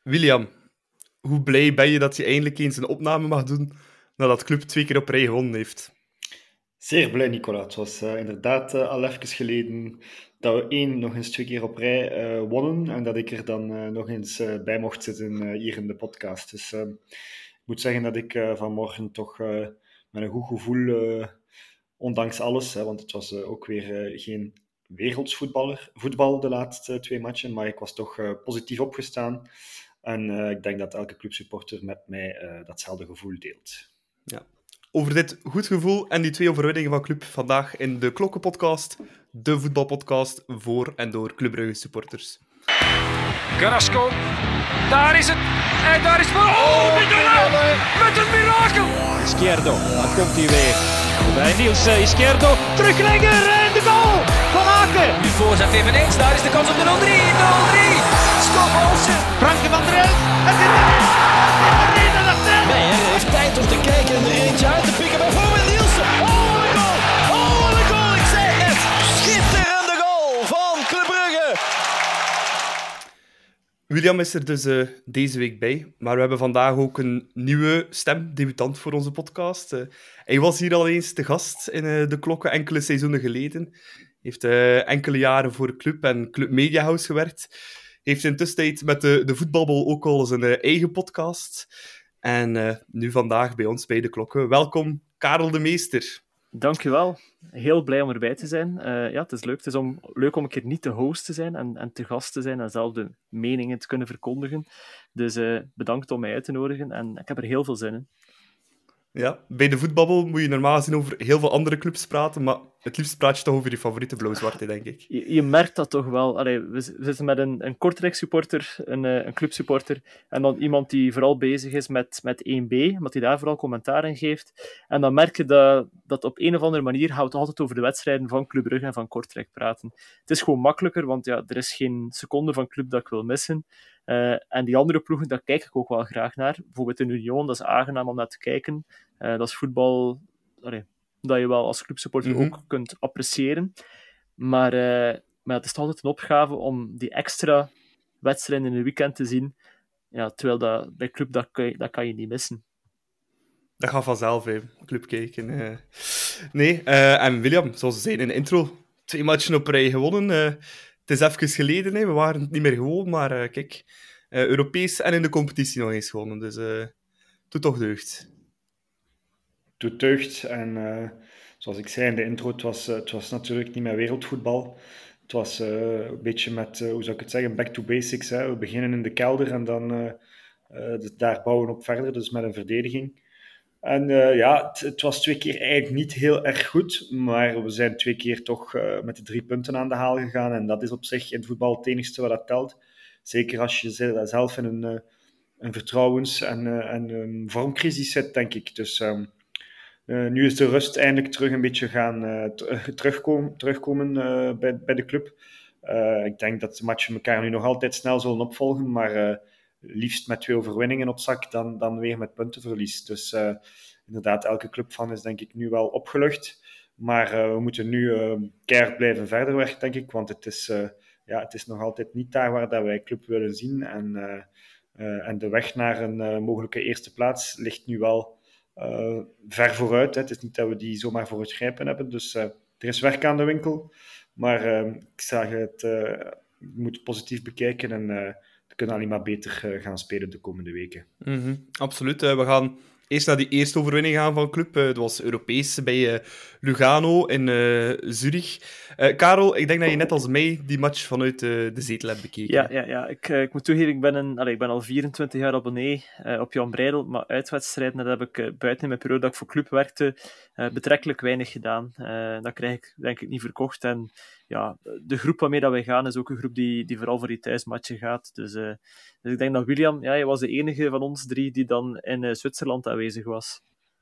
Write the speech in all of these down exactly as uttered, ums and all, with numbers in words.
William, hoe blij ben je dat je eindelijk eens een opname mag doen nadat Club twee keer op rij gewonnen heeft? Zeer blij, Nicola. Het was uh, inderdaad uh, al even geleden dat we één nog eens twee keer op rij uh, wonnen en dat ik er dan uh, nog eens uh, bij mocht zitten uh, hier in de podcast. Dus uh, ik moet zeggen dat ik uh, vanmorgen toch uh, met een goed gevoel, uh, ondanks alles, hè, want het was uh, ook weer uh, geen wereldsvoetballer, voetbal de laatste twee matchen, maar ik was toch uh, positief opgestaan. En uh, ik denk dat elke clubsupporter met mij uh, datzelfde gevoel deelt. Ja. Over dit goed gevoel en die twee overwinningen van Club vandaag in de Klokkenpodcast, de voetbalpodcast voor en door Club Brugge supporters. Carrasco, daar is het. En daar is het. Oh, Mignolet! Met een mirakel! Izquierdo, daar komt hij weer. Bij Niels uh, Izquierdo, teruglegger en de goal van Aken. Nu voorzet eveneens, daar is de kans op de nul drie. nul drie, Scott Olsen. Franke van der Elf, het is erin. Het is erin, dat is Nee, hij heeft tijd om te kijken en er eentje uit te pikken. Bijvoorbeeld Nielsen. Oh, wat een goal! Oh, wat een goal! Ik zei het! Schitterende goal van Club Brugge. William is er dus uh, deze week bij, maar we hebben vandaag ook een nieuwe stem, debutant voor onze podcast. Uh, hij was hier al eens te gast in uh, de Klokken enkele seizoenen geleden. Heeft uh, enkele jaren voor Club en Club Media House gewerkt. Heeft in tussentijd met de, de Voetbalbol ook al zijn uh, eigen podcast. En uh, nu vandaag bij ons bij de Klokken. Welkom, Karel de Meester. Dankjewel. Heel blij om erbij te zijn. Uh, ja, het is leuk. Het is om, leuk om een keer niet de host te zijn en, en te gast te zijn en zelf de meningen te kunnen verkondigen. Dus uh, bedankt om mij uit te nodigen en ik heb er heel veel zin in. Ja, bij de Voetbabbel moet je normaal gezien over heel veel andere clubs praten, maar het liefst praat je toch over je favoriete blauw-zwarte, denk ik. Je, je merkt dat toch wel. Allee, we, we zitten met een, een Kortrijk-supporter, een, een clubsupporter, en dan iemand die vooral bezig is met, met één B, omdat hij daar vooral commentaar in geeft. En dan merk je dat, dat op een of andere manier houdt het altijd over de wedstrijden van Club Brugge en van Kortrijk praten. Het is gewoon makkelijker, want ja, er is geen seconde van club dat ik wil missen. Uh, en die andere ploegen, daar kijk ik ook wel graag naar. Bijvoorbeeld in Union, dat is aangenaam om naar te kijken. Uh, dat is voetbal allee, dat je wel als clubsupporter mm-hmm. ook kunt appreciëren. Maar, uh, maar het is altijd een opgave om die extra wedstrijden in een weekend te zien. Ja, terwijl dat, bij club, dat kan, je, dat kan je niet missen. Dat gaat vanzelf, hè. Club kijken. Uh. Nee, uh, en William, zoals we zeiden in de intro, twee matchen op rij gewonnen. Uh, het is even geleden, hè. We waren het niet meer gewoon, maar uh, kijk, uh, Europees en in de competitie nog eens gewonnen. Dus uh, doet toch deugd. Doet deugd. En uh, zoals ik zei in de intro, het was, uh, het was natuurlijk niet meer wereldvoetbal. Het was uh, een beetje met, uh, hoe zou ik het zeggen, back to basics. Hè. We beginnen in de kelder en dan uh, uh, daar bouwen we op verder, dus met een verdediging. En uh, ja, het, het was twee keer eigenlijk niet heel erg goed, maar we zijn twee keer toch uh, met de drie punten aan de haal gegaan. En dat is op zich in het voetbal het enigste wat dat telt. Zeker als je zelf in een, uh, een vertrouwens- en, uh, en een vormcrisis zit, denk ik. Dus um, uh, nu is de rust eindelijk terug een beetje gaan uh, t- terugkomen, terugkomen uh, bij, bij de club. Uh, ik denk dat de matchen elkaar nu nog altijd snel zullen opvolgen, maar... Uh, liefst met twee overwinningen op zak dan, dan weer met puntenverlies. Dus uh, inderdaad, elke clubfan is denk ik nu wel opgelucht. Maar uh, we moeten nu uh, keihard blijven verder werken, denk ik. Want het is, uh, ja, het is nog altijd niet daar waar dat wij club willen zien. En, uh, uh, en de weg naar een uh, mogelijke eerste plaats ligt nu wel uh, ver vooruit. Hè. Het is niet dat we die zomaar voor het grijpen hebben. Dus uh, er is werk aan de winkel. Maar uh, ik zag het... Uh, je moet het positief bekijken en... Uh, We kunnen alleen maar beter uh, gaan spelen de komende weken. Mm-hmm, absoluut. Uh, we gaan eerst naar die eerste overwinning gaan van Club. Uh, dat was Europees bij uh, Lugano in uh, Zurich. Uh, Karel, ik denk dat je net als mij die match vanuit uh, de zetel hebt bekeken. Ja, ja, ja. Ik, uh, ik moet toegeven, ik ben, een, allez, ik ben al vierentwintig jaar abonnee uh, op Jan Breidel, maar uitwedstrijden, dat heb ik uh, buiten in mijn periode dat ik voor Club werkte, uh, betrekkelijk weinig gedaan. Uh, dat krijg ik denk ik niet verkocht. En ja, de groep waarmee dat wij gaan is ook een groep die, die vooral voor die thuismatchen gaat. Dus, uh, dus ik denk dat William, ja, hij was de enige van ons drie die dan in uh, Zwitserland aanwezig was.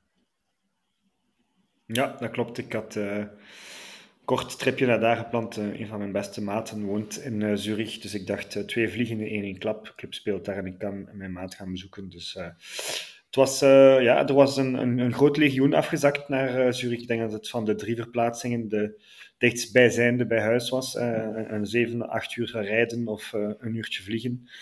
Ja, dat klopt. Ik had uh, een kort tripje naar daar gepland. Uh, een van mijn beste maten woont in uh, Zurich. Dus ik dacht, uh, twee vliegen in één klap. Club speelt daar en ik kan mijn maat gaan bezoeken. Dus uh, het was, uh, ja, er was een, een, een groot legioen afgezakt naar uh, Zurich. Ik denk dat het van de drie verplaatsingen de dichtstbijzijnde bij huis was. Uh, een, een zeven, acht uur rijden of uh, een uurtje vliegen.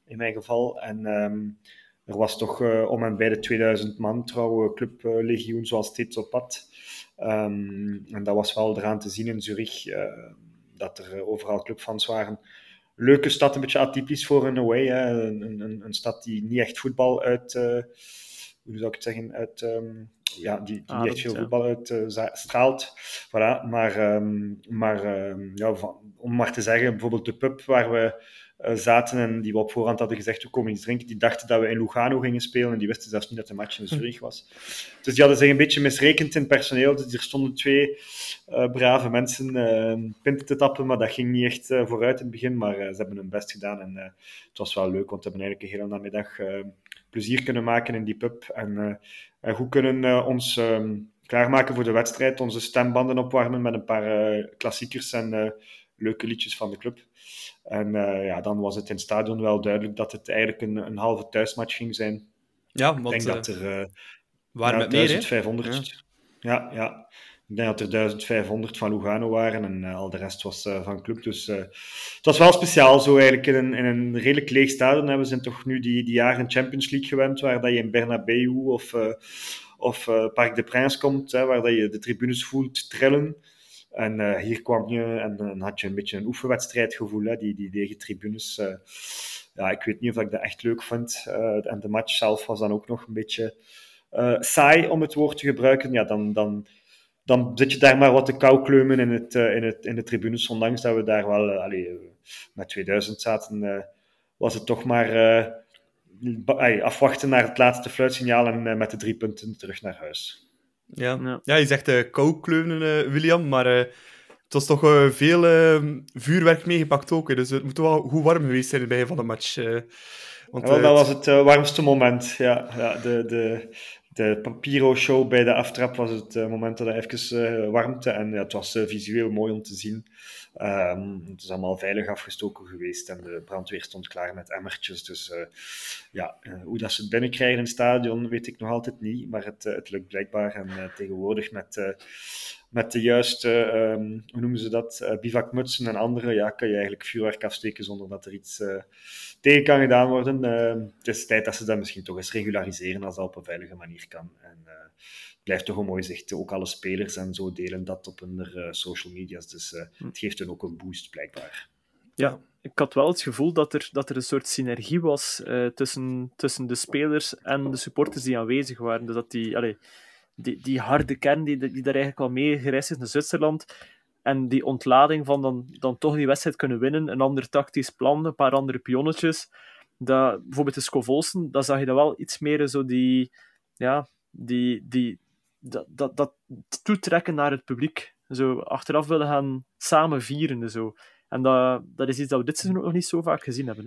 in mijn geval. En um, er was toch uh, om en bij de tweeduizend man trouwe clublegioen, uh, zoals steeds op pad. Um, en dat was wel eraan te zien in Zurich, uh, dat er uh, overal clubfans waren. Leuke stad, een beetje atypisch voor een away. Hè. Een, een, een stad die niet echt voetbal uit... Uh, hoe zou ik het zeggen? Uit... Um, ja, die, die niet echt veel voetbal uitstraalt. Uh, voilà. Maar, um, maar um, ja, van, om maar te zeggen, bijvoorbeeld de pub waar we uh, zaten en die we op voorhand hadden gezegd, we komen iets drinken, die dachten dat we in Lugano gingen spelen en die wisten zelfs niet dat de match in Zurich was. Dus die hadden zich een beetje misrekend in personeel. Dus er stonden twee uh, brave mensen uh, pinten te tappen, maar dat ging niet echt uh, vooruit in het begin. Maar uh, ze hebben hun best gedaan en uh, het was wel leuk, want we hebben eigenlijk een hele namiddag uh, plezier kunnen maken in die pub. En uh, uh, goed kunnen uh, ons um, klaarmaken voor de wedstrijd, onze stembanden opwarmen met een paar uh, klassiekers en uh, leuke liedjes van de club. En uh, ja, dan was het in het stadion wel duidelijk dat het eigenlijk een, een halve thuismatch ging zijn. Ja, want, ik denk uh, dat er uh, waren ja, met duizendvijfhonderd... Ja. ja, ja. Ik denk dat er duizendvijfhonderd van Lugano waren en uh, al de rest was uh, van club. Dus uh, het was wel speciaal, zo eigenlijk in een, in een redelijk leeg stadion. We zijn toch nu die, die jaren Champions League gewend, waar dat je in Bernabeu of, uh, of uh, Parc des Princes komt, hè, waar dat je de tribunes voelt trillen. En uh, hier kwam je en dan had je een beetje een oefenwedstrijdgevoel, hè, die, die lege tribunes. Uh, ja, ik weet niet of ik dat echt leuk vond. Uh, en de match zelf was dan ook nog een beetje uh, saai, om het woord te gebruiken. Ja, dan... dan dan zit je daar maar wat te kou kleumen in, het, uh, in, het, in de tribunes, ondanks dat we daar wel uh, allee, uh, met tweeduizend zaten, uh, was het toch maar uh, afwachten naar het laatste fluitsignaal en uh, met de drie punten terug naar huis. Ja, ja. ja je zegt uh, kou kleumen, uh, William, maar uh, het was toch uh, veel uh, vuurwerk meegepakt ook, hè, dus het moet wel goed warm geweest zijn in het begin van de match. Uh, want, ja, wel, uh, dat was het uh, warmste moment, ja. ja de... de De Papiro-show bij de aftrap was het uh, moment dat hij even uh, warmte. En ja, het was uh, visueel mooi om te zien. Um, het is allemaal veilig afgestoken geweest. En de brandweer stond klaar met emmertjes. Dus uh, ja, uh, hoe dat ze het binnenkrijgen in het stadion, weet ik nog altijd niet. Maar het, uh, het lukt blijkbaar. En uh, tegenwoordig met, uh, met de juiste, um, hoe noemen ze dat, uh, bivakmutsen en andere, ja, kan je eigenlijk vuurwerk afsteken zonder dat er iets uh, tegen kan gedaan worden. Uh, het is tijd dat ze dat misschien toch eens regulariseren als dat op een veilige manier kan. En uh, het blijft toch een mooi zicht. Ook alle spelers en zo delen dat op hun uh, social media's. Dus uh, het geeft hun ook een boost, blijkbaar. Ja, ik had wel het gevoel dat er, dat er een soort synergie was uh, tussen, tussen de spelers en de supporters die aanwezig waren. Dus dat die, allee, die, die harde kern die, die daar eigenlijk al mee gereisd is naar Zwitserland en die ontlading van dan, dan toch die wedstrijd kunnen winnen, een ander tactisch plan, een paar andere pionnetjes. Dat, bijvoorbeeld de Scovolsen, daar zag je dan wel iets meer zo die... Ja, die, die, dat, dat, dat toetrekken naar het publiek. Zo achteraf willen gaan samen vieren. Zo. En dat, dat is iets dat we dit seizoen ook nog niet zo vaak gezien hebben. Hè?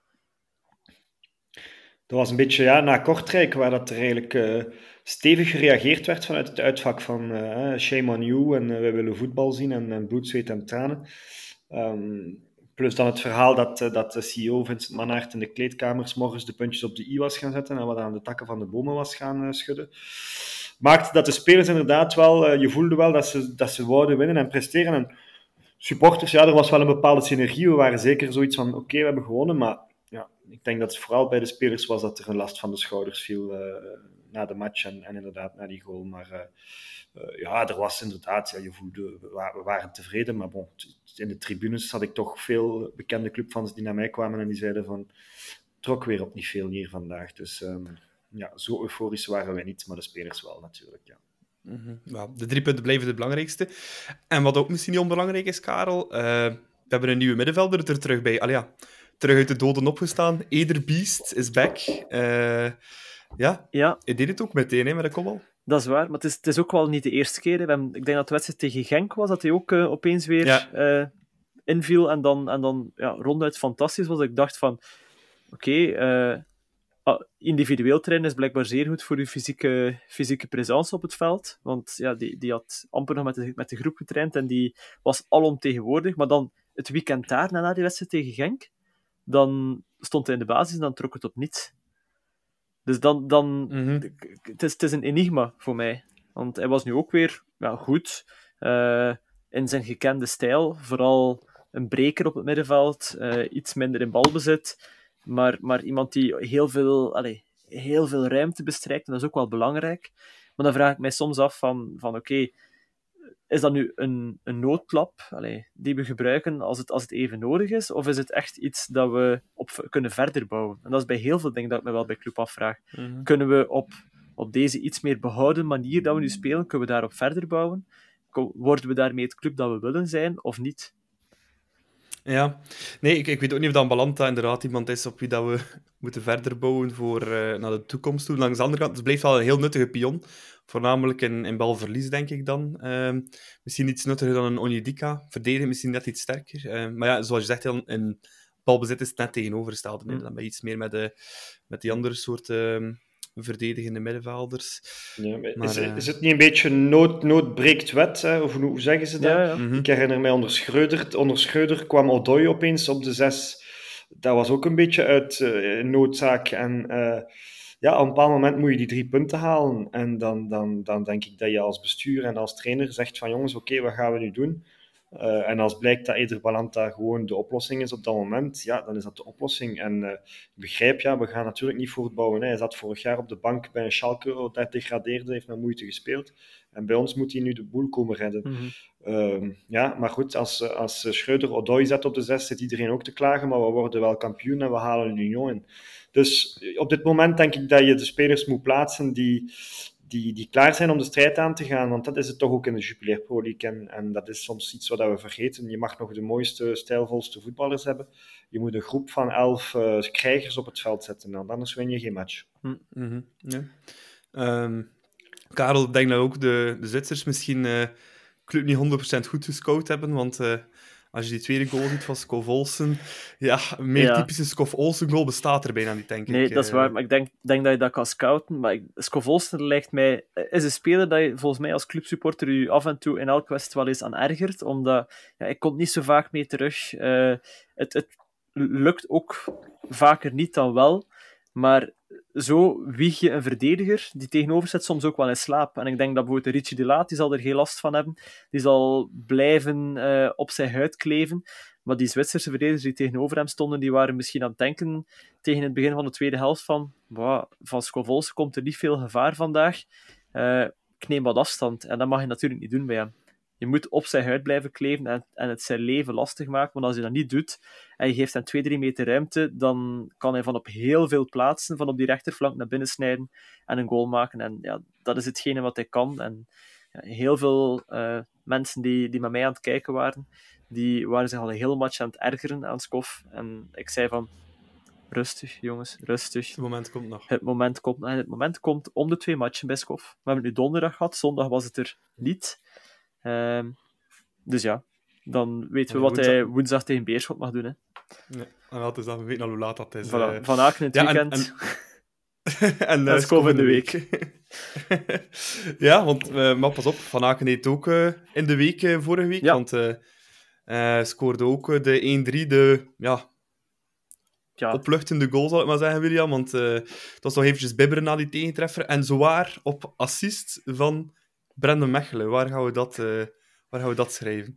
Dat was een beetje ja, na Kortrijk, waar dat er eigenlijk uh, stevig gereageerd werd vanuit het uitvak van uh, shame on you en uh, wij willen voetbal zien en, en bloed, zweet en tranen. Um, plus dan het verhaal dat, uh, dat de C E O Vincent Mannaert in de kleedkamers morgens de puntjes op de i was gaan zetten en wat aan de takken van de bomen was gaan uh, schudden. Maakte dat de spelers inderdaad wel, uh, je voelde wel dat ze, dat ze wouden winnen en presteren. En supporters, ja, er was wel een bepaalde synergie. We waren zeker zoiets van, oké, okay, we hebben gewonnen, maar ja, ik denk dat het vooral bij de spelers was dat er een last van de schouders viel uh, na de match en, en inderdaad na die goal. Maar uh, uh, ja, er was inderdaad, ja, je voelde, we, we waren tevreden, maar bon, in de tribunes had ik toch veel bekende clubfans die naar mij kwamen en die zeiden van, trok weer op niet veel neer vandaag. Dus um, ja, zo euforisch waren wij niet, maar de spelers wel natuurlijk, ja. Mm-hmm. Ja, de drie punten blijven het belangrijkste. En wat ook misschien niet onbelangrijk is, Karel, uh, we hebben een nieuwe middenvelder er terug bij. Allee, ja, terug uit de doden opgestaan. Eder Beast is back. Uh, ja, ja, hij deed het ook meteen hè, met de kopbal. Dat is waar, maar het is, het is ook wel niet de eerste keer. Hè. We hebben, ik denk dat de wedstrijd tegen Genk was, dat hij ook uh, opeens weer ja. uh, inviel en dan, en dan ja, ronduit fantastisch was. Ik dacht van, oké, okay, uh, ah, individueel trainen is blijkbaar zeer goed voor uw fysieke, fysieke presence op het veld. Want ja, die, die had amper nog met de, met de groep getraind en die was alomtegenwoordig. Maar dan het weekend daarna, na die wedstrijd tegen Genk, dan stond hij in de basis en dan trok het op niets. Dus dan, dan mm-hmm. het, is, het is een enigma voor mij. Want hij was nu ook weer ja, goed uh, in zijn gekende stijl. Vooral een breker op het middenveld, uh, iets minder in balbezit. maar, maar iemand die heel veel, allez, heel veel ruimte bestrijkt, en dat is ook wel belangrijk. Maar dan vraag ik mij soms af van, van oké, okay, is dat nu een, een noodklap allez, die we gebruiken als het, als het even nodig is, of is het echt iets dat we op kunnen verder bouwen? En dat is bij heel veel dingen dat ik me wel bij Club afvraag. Mm-hmm. Kunnen we op, op deze iets meer behouden manier dat we nu spelen, kunnen we daarop verder bouwen? Worden we daarmee het club dat we willen zijn, of niet? Ja, nee, ik, ik weet ook niet of dan Balanta inderdaad iemand is op wie dat we moeten verder bouwen voor uh, naar de toekomst toe. Langs de andere kant, het blijft wel een heel nuttige pion. Voornamelijk in, in balverlies, denk ik dan. Uh, misschien iets nuttiger dan een Onyedika. Verdedigen misschien net iets sterker. Uh, maar ja, zoals je zegt, in, in balbezit is het net tegenovergesteld. Mm. Dan ben je iets meer met, de, met die andere soort uh, verdedigende middenvelders. Ja, maar maar, is, uh... is het niet een beetje nood, nood breekt wet? Hè? Of hoe, hoe zeggen ze dat? Ja, ja. Mm-hmm. Ik herinner mij onder Schreuder. Onder Schreuder kwam Odoi opeens op de zes. Dat was ook een beetje uit uh, noodzaak. En... Uh, ja, op een bepaald moment moet je die drie punten halen. En dan, dan, dan denk ik dat je als bestuur en als trainer zegt van jongens, oké, okay, wat gaan we nu doen? Uh, en als blijkt dat Eder Balanta gewoon de oplossing is op dat moment, ja, dan is dat de oplossing. En uh, ik begrijp, ja, we gaan natuurlijk niet voortbouwen. Hè. Hij zat vorig jaar op de bank bij een Schalke, dat degradeerde, heeft met moeite gespeeld. En bij ons moet hij nu de boel komen redden. Mm-hmm. Uh, ja, maar goed, als, als Schreuder Odoi zet op de zes, zit iedereen ook te klagen, maar we worden wel kampioen en we halen een Union in. Dus op dit moment denk ik dat je de spelers moet plaatsen die, die, die klaar zijn om de strijd aan te gaan, want dat is het toch ook in de Jupiler Pro League. En, en dat is soms iets wat we vergeten. Je mag nog de mooiste, stijlvolste voetballers hebben. Je moet een groep van elf uh, krijgers op het veld zetten, en anders win je geen match. Mm-hmm. Ja. Um, Karel, ik denk dat ook de, de Zwitsers misschien uh, club niet honderd procent goed gescout hebben, want... Uh, Als je die tweede goal ziet van Skov Olsen, ja, een meer ja. typische Skov Olsen goal bestaat er bijna niet, denk ik. Nee, dat is waar, maar ik denk, denk dat je dat kan scouten. Maar ik, Skov Olsen lijkt mij... is een speler dat je volgens mij als clubsupporter je af en toe in elk wedstrijd wel eens aan ergert, omdat ja, ik kom niet zo vaak mee terug. Uh, het, het lukt ook vaker niet dan wel, maar zo wieg je een verdediger die tegenover zit soms ook wel in slaap. En ik denk dat bijvoorbeeld Richie de Laat, die zal er geen last van hebben. Die zal blijven uh, op zijn huid kleven. Maar die Zwitserse verdedigers die tegenover hem stonden, die waren misschien aan het denken tegen het begin van de tweede helft van wow, van Skov Olsen komt er niet veel gevaar vandaag. Uh, ik neem wat afstand. En dat mag je natuurlijk niet doen bij hem. Je moet op zijn huid blijven kleven en, en het zijn leven lastig maken. Want als je dat niet doet en je geeft hem twee, drie meter ruimte, dan kan hij van op heel veel plaatsen van op die rechterflank naar binnen snijden en een goal maken. En ja, dat is hetgene wat hij kan. En ja, heel veel uh, mensen die, die met mij aan het kijken waren, die waren zich al een heel match aan het ergeren aan Skov. En ik zei van, rustig jongens, rustig. Het moment komt nog. Het moment komt, en het moment komt om de twee matchen bij Skov. We hebben het nu donderdag gehad, zondag was het er niet. Uh, dus ja, dan weten we wat woensdag... hij woensdag tegen Beerschot mag doen. Hè. Ja, en wat is dat? We weten al hoe laat dat is. Voilà, uh... Van Aken in het ja, weekend. En, en... en, uh, en Skov in de week. week. Ja, want uh, maar pas op, Van Aken deed ook uh, in de week uh, vorige week. Ja. Want uh, uh, scoorde ook uh, de één drie, de ja, ja. opluchtende goal, zal ik maar zeggen, William. Want uh, het was nog eventjes bibberen na die tegentreffer. En zowaar op assist van Brendan Mechelen. Waar gaan we dat, uh, waar gaan we dat schrijven?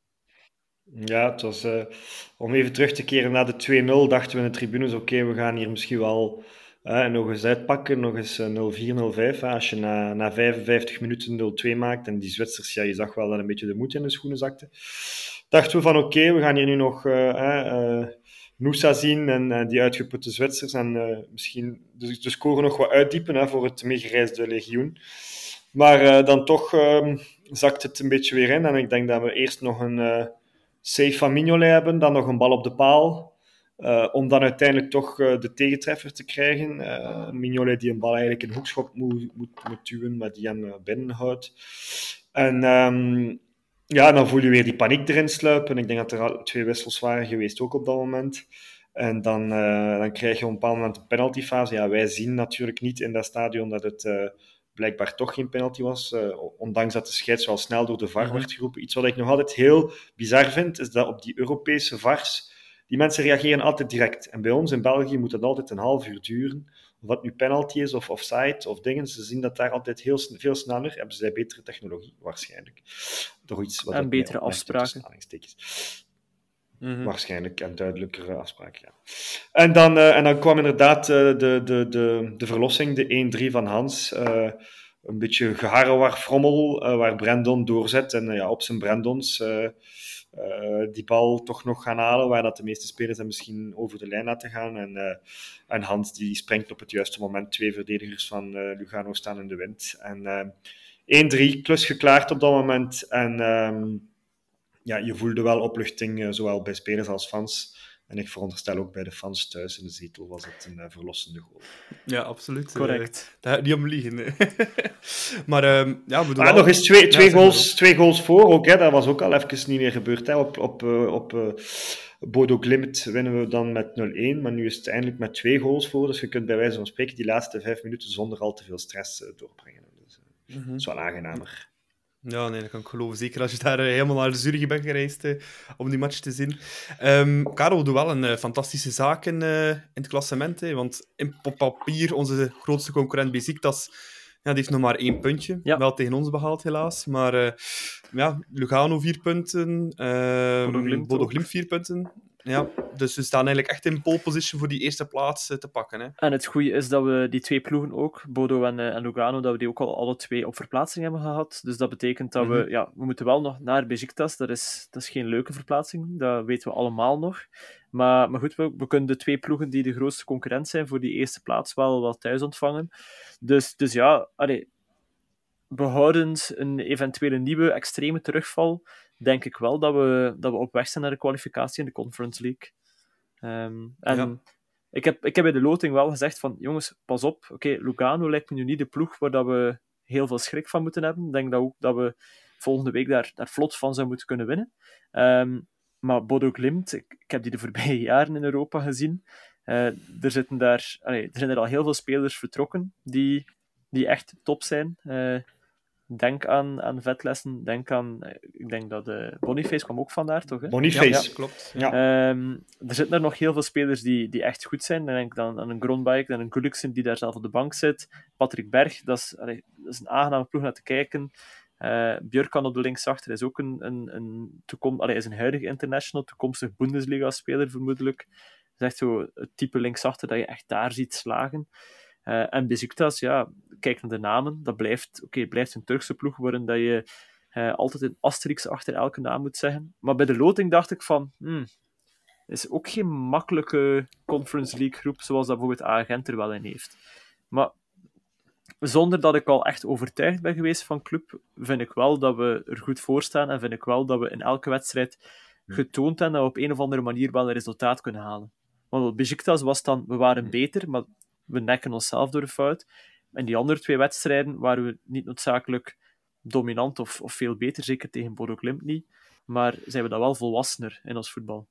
Ja, het was... Uh, om even terug te keren naar de twee nul, dachten we in de tribunes, oké, okay, we gaan hier misschien wel uh, nog eens uitpakken, nog eens uh, nul vier, nul vijf. Uh, als je na, na vijfenvijftig minuten nul twee maakt, en die Zwitsers, ja, je zag wel dat een beetje de moed in de schoenen zakte, dachten we van oké, okay, we gaan hier nu nog uh, uh, Noosa zien en uh, die uitgeputte Zwitsers en uh, misschien de, de score nog wat uitdiepen uh, voor het meegereisde legioen. Maar uh, dan toch uh, zakt het een beetje weer in. En ik denk dat we eerst nog een uh, save van Mignolet hebben, dan nog een bal op de paal. Uh, om dan uiteindelijk toch uh, de tegentreffer te krijgen. Uh, Mignolet die een bal eigenlijk in hoekschop moet, moet, moet duwen, maar die hem uh, binnenhoudt. En um, ja, dan voel je weer die paniek erin sluipen. Ik denk dat er al twee wissels waren geweest ook op dat moment. En dan, uh, dan krijg je op een bepaald moment een penaltyfase. Ja, wij zien natuurlijk niet in dat stadion dat het... Uh, blijkbaar toch geen penalty was, uh, ondanks dat de scheids wel snel door de V A R mm-hmm. werd geroepen. Iets wat ik nog altijd heel bizar vind, is dat op die Europese V A R's, die mensen reageren altijd direct. En bij ons in België moet dat altijd een half uur duren. Of dat nu penalty is, of offside, of dingen. Ze zien dat daar altijd heel, veel sneller. Hebben zij betere technologie, waarschijnlijk. Toch iets wat en betere afspraken. Mm-hmm. Waarschijnlijk en duidelijkere afspraken, ja. En dan, uh, en dan kwam inderdaad uh, de, de, de, de verlossing, de één drie van Hans. Uh, een beetje geharrewar frommel, uh, waar Brandon doorzet. En uh, ja, op zijn Brandons uh, uh, die bal toch nog gaan halen, waar dat de meeste spelers hem misschien over de lijn laten gaan. En, uh, en Hans die springt op het juiste moment. Twee verdedigers van uh, Lugano staan in de wind. En uh, één drie, klus geklaard op dat moment. En um, ja, je voelde wel opluchting, uh, zowel bij spelers als fans. En ik veronderstel ook bij de fans thuis in de zetel was het een uh, verlossende goal. Ja, absoluut. Correct. Uh, daar gaat niet om liegen. maar uh, ja, we doen ah, al... nog eens twee, twee, ja, goals, twee goals voor ook. Hè. Dat was ook al even niet meer gebeurd. Hè. Op, op, uh, op uh, Bodo Glimt winnen we dan met nul één. Maar nu is het eindelijk met twee goals voor. Dus je kunt bij wijze van spreken die laatste vijf minuten zonder al te veel stress uh, doorbrengen. Dus uh, mm-hmm. dat is wel aangenamer. Ja, nee, dat kan ik geloven. Zeker als je daar uh, helemaal naar de Zurich bent gereisd uh, om die match te zien. Um, Karel doet wel een uh, fantastische zaak in, uh, in het klassement. Hè, want in, op papier, onze grootste concurrent Besiktas, ja, die heeft nog maar één puntje. Ja. Wel tegen ons behaald, helaas. Maar uh, ja, Lugano vier punten. Uh, Bodo Glimt, Bodo Glimt vier punten. Ja, dus we staan eigenlijk echt in pole position voor die eerste plaats uh, te pakken. Hè. En het goede is dat we die twee ploegen ook, Bodo en, uh, en Lugano, dat we die ook al alle twee op verplaatsing hebben gehad. Dus dat betekent dat mm-hmm. we, ja, we moeten wel nog naar Besiktas. Dat is, dat is geen leuke verplaatsing, dat weten we allemaal nog. Maar, maar goed, we, we kunnen de twee ploegen die de grootste concurrent zijn voor die eerste plaats wel, wel thuis ontvangen. Dus, dus ja, allee, behoudend een eventuele nieuwe extreme terugval, denk ik wel dat we, dat we op weg zijn naar de kwalificatie in de Conference League. Um, en ja. ik, heb, ik heb bij de loting wel gezegd van, jongens, pas op, oké, okay, Lugano lijkt me nu niet de ploeg waar dat we heel veel schrik van moeten hebben. Ik denk dat ook dat we volgende week daar, daar vlot van zouden moeten kunnen winnen. Um, maar Bodo Glimt, ik, ik heb die de voorbije jaren in Europa gezien. Uh, er, zitten daar, allee, er zijn er al heel veel spelers vertrokken die, die echt top zijn. Uh, Denk aan, aan vetlessen, denk aan... Ik denk dat uh, Boniface kwam ook vandaar, toch? Hè? Boniface, ja, ja. klopt. Ja. Um, er zitten er nog heel veel spelers die, die echt goed zijn. Dan denk ik dan aan een Gronbike, aan een Gulliksen die daar zelf op de bank zit. Patrick Berg, dat is, allee, dat is een aangename ploeg naar te kijken. Uh, Björkan op de linksachter is ook een, een, een, toekom- allee, is een huidige international, toekomstig Bundesliga-speler vermoedelijk. Dat is echt zo het type linksachter dat je echt daar ziet slagen. Uh, en Besiktas, ja, kijk naar de namen, dat blijft, okay, blijft een Turkse ploeg waarin dat je uh, altijd een asterix achter elke naam moet zeggen. Maar bij de loting dacht ik van, hmm, is ook geen makkelijke Conference League groep, zoals dat bijvoorbeeld Agent er wel in heeft. Maar zonder dat ik al echt overtuigd ben geweest van club, vind ik wel dat we er goed voor staan en vind ik wel dat we in elke wedstrijd getoond hebben dat we op een of andere manier wel een resultaat kunnen halen. Want Besiktas was dan, we waren beter, maar we nekken onszelf door de fout. En die andere twee wedstrijden waren we niet noodzakelijk dominant of, of veel beter, zeker tegen Bodo Glimt niet. Maar zijn we dan wel volwassener in ons voetbal.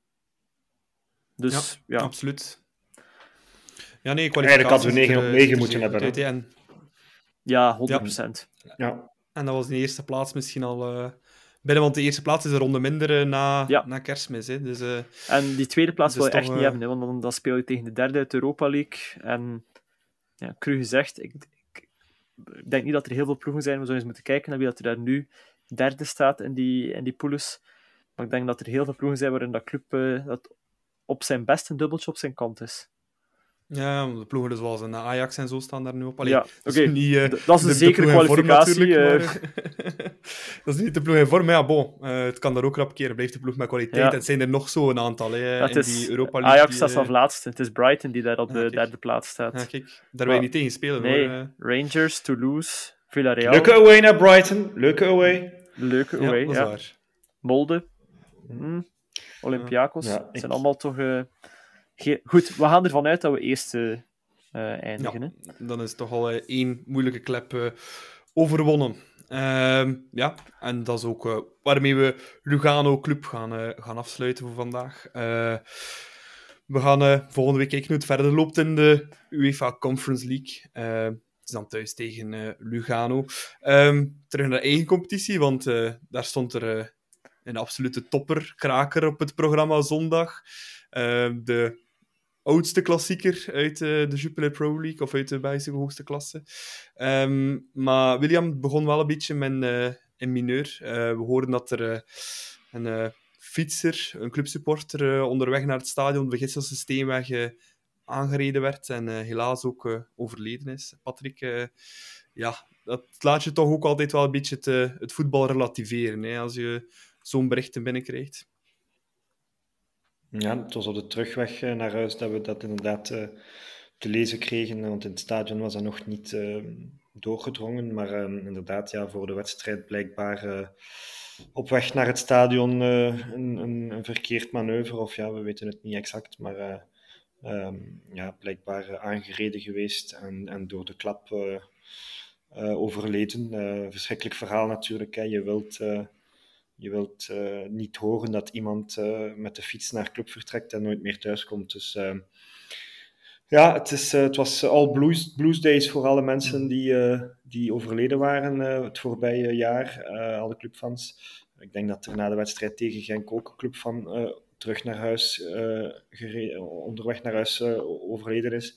Dus, ja. ja. absoluut. Ja, nee, eigenlijk hadden we negen op negen moeten hebben. En... Ja, honderd procent. Ja. ja. En dat was in de eerste plaats misschien al... Uh... Binnen, want de eerste plaats is een ronde minder uh, na, ja. na kerstmis. Hè. Dus, uh, en die tweede plaats dus wil je echt toch, niet uh... hebben, hè, want dan, dan speel je tegen de derde uit de Europa League. En ja, cru gezegd, ik, ik, ik denk niet dat er heel veel ploegen zijn. We zouden eens moeten kijken naar wie dat er daar nu derde staat in die, in die poules. Maar ik denk dat er heel veel ploegen zijn waarin dat club uh, dat op zijn best een dubbeltje op zijn kant is. Ja, de ploegen zoals een Ajax en zo staan daar nu op. Allee, ja, oké. Okay. Uh, dat is een zekere kwalificatie. Uh... dat is niet de ploeg in vorm, maar ja, bon. Uh, het kan daar ook rap keren. Blijft de ploeg met kwaliteit. Ja. En het zijn er nog zo een aantal hè, ja, in is, die Europa League. Ajax staat uh... af laatste. Het is Brighton die daar op de ja, derde plaats staat. Ja, kijk. Daar wil je niet tegen spelen. Nee, hoor. Uh... Rangers, Toulouse, Villarreal. Leuke away naar Brighton. Leuke away. Leuke away, ja. Dat is ja. waar. Molde. Mm. Olympiakos. Ja, het zijn allemaal toch... Uh... Ge- Goed, we gaan ervan uit dat we eerst... Uh... Uh, eindigen. Ja, hè? Dan is toch al uh, één moeilijke klep uh, overwonnen. Uh, ja, en dat is ook uh, waarmee we Lugano Club gaan, uh, gaan afsluiten voor vandaag. Uh, we gaan uh, volgende week kijken hoe het verder loopt in de UEFA Conference League. Uh, het is dan thuis tegen uh, Lugano. Um, terug naar de eigen competitie, want uh, daar stond er uh, een absolute topper, kraker op het programma zondag. Uh, de oudste klassieker uit uh, de Jupiler Pro League, of uit de Belgische hoogste klasse. Um, maar William begon wel een beetje met, uh, in mineur. Uh, we hoorden dat er uh, een uh, fietser, een clubsupporter, uh, onderweg naar het stadion de Gidselse Steenweg uh, aangereden werd en uh, helaas ook uh, overleden is. Patrick, uh, ja, dat laat je toch ook altijd wel een beetje het, uh, het voetbal relativeren, hè, als je zo'n berichten binnenkrijgt. Ja, het was op de terugweg uh, naar huis dat we dat inderdaad uh, te lezen kregen, want in het stadion was dat nog niet uh, doorgedrongen, maar uh, inderdaad, ja, voor de wedstrijd blijkbaar uh, op weg naar het stadion uh, een, een, een verkeerd manoeuvre, of ja, we weten het niet exact, maar uh, um, ja, blijkbaar uh, aangereden geweest en, en door de klap uh, uh, overleden. Uh, verschrikkelijk verhaal natuurlijk, hè. Je wilt... Uh, Je wilt uh, niet horen dat iemand uh, met de fiets naar club vertrekt en nooit meer thuiskomt. Dus uh, ja, het, is, uh, het was all blues, blues days voor alle mensen die, uh, die overleden waren uh, het voorbije jaar, uh, alle clubfans. Ik denk dat er na de wedstrijd tegen Genk ook een clubfan uh, terug naar huis, uh, gere- onderweg naar huis uh, overleden is.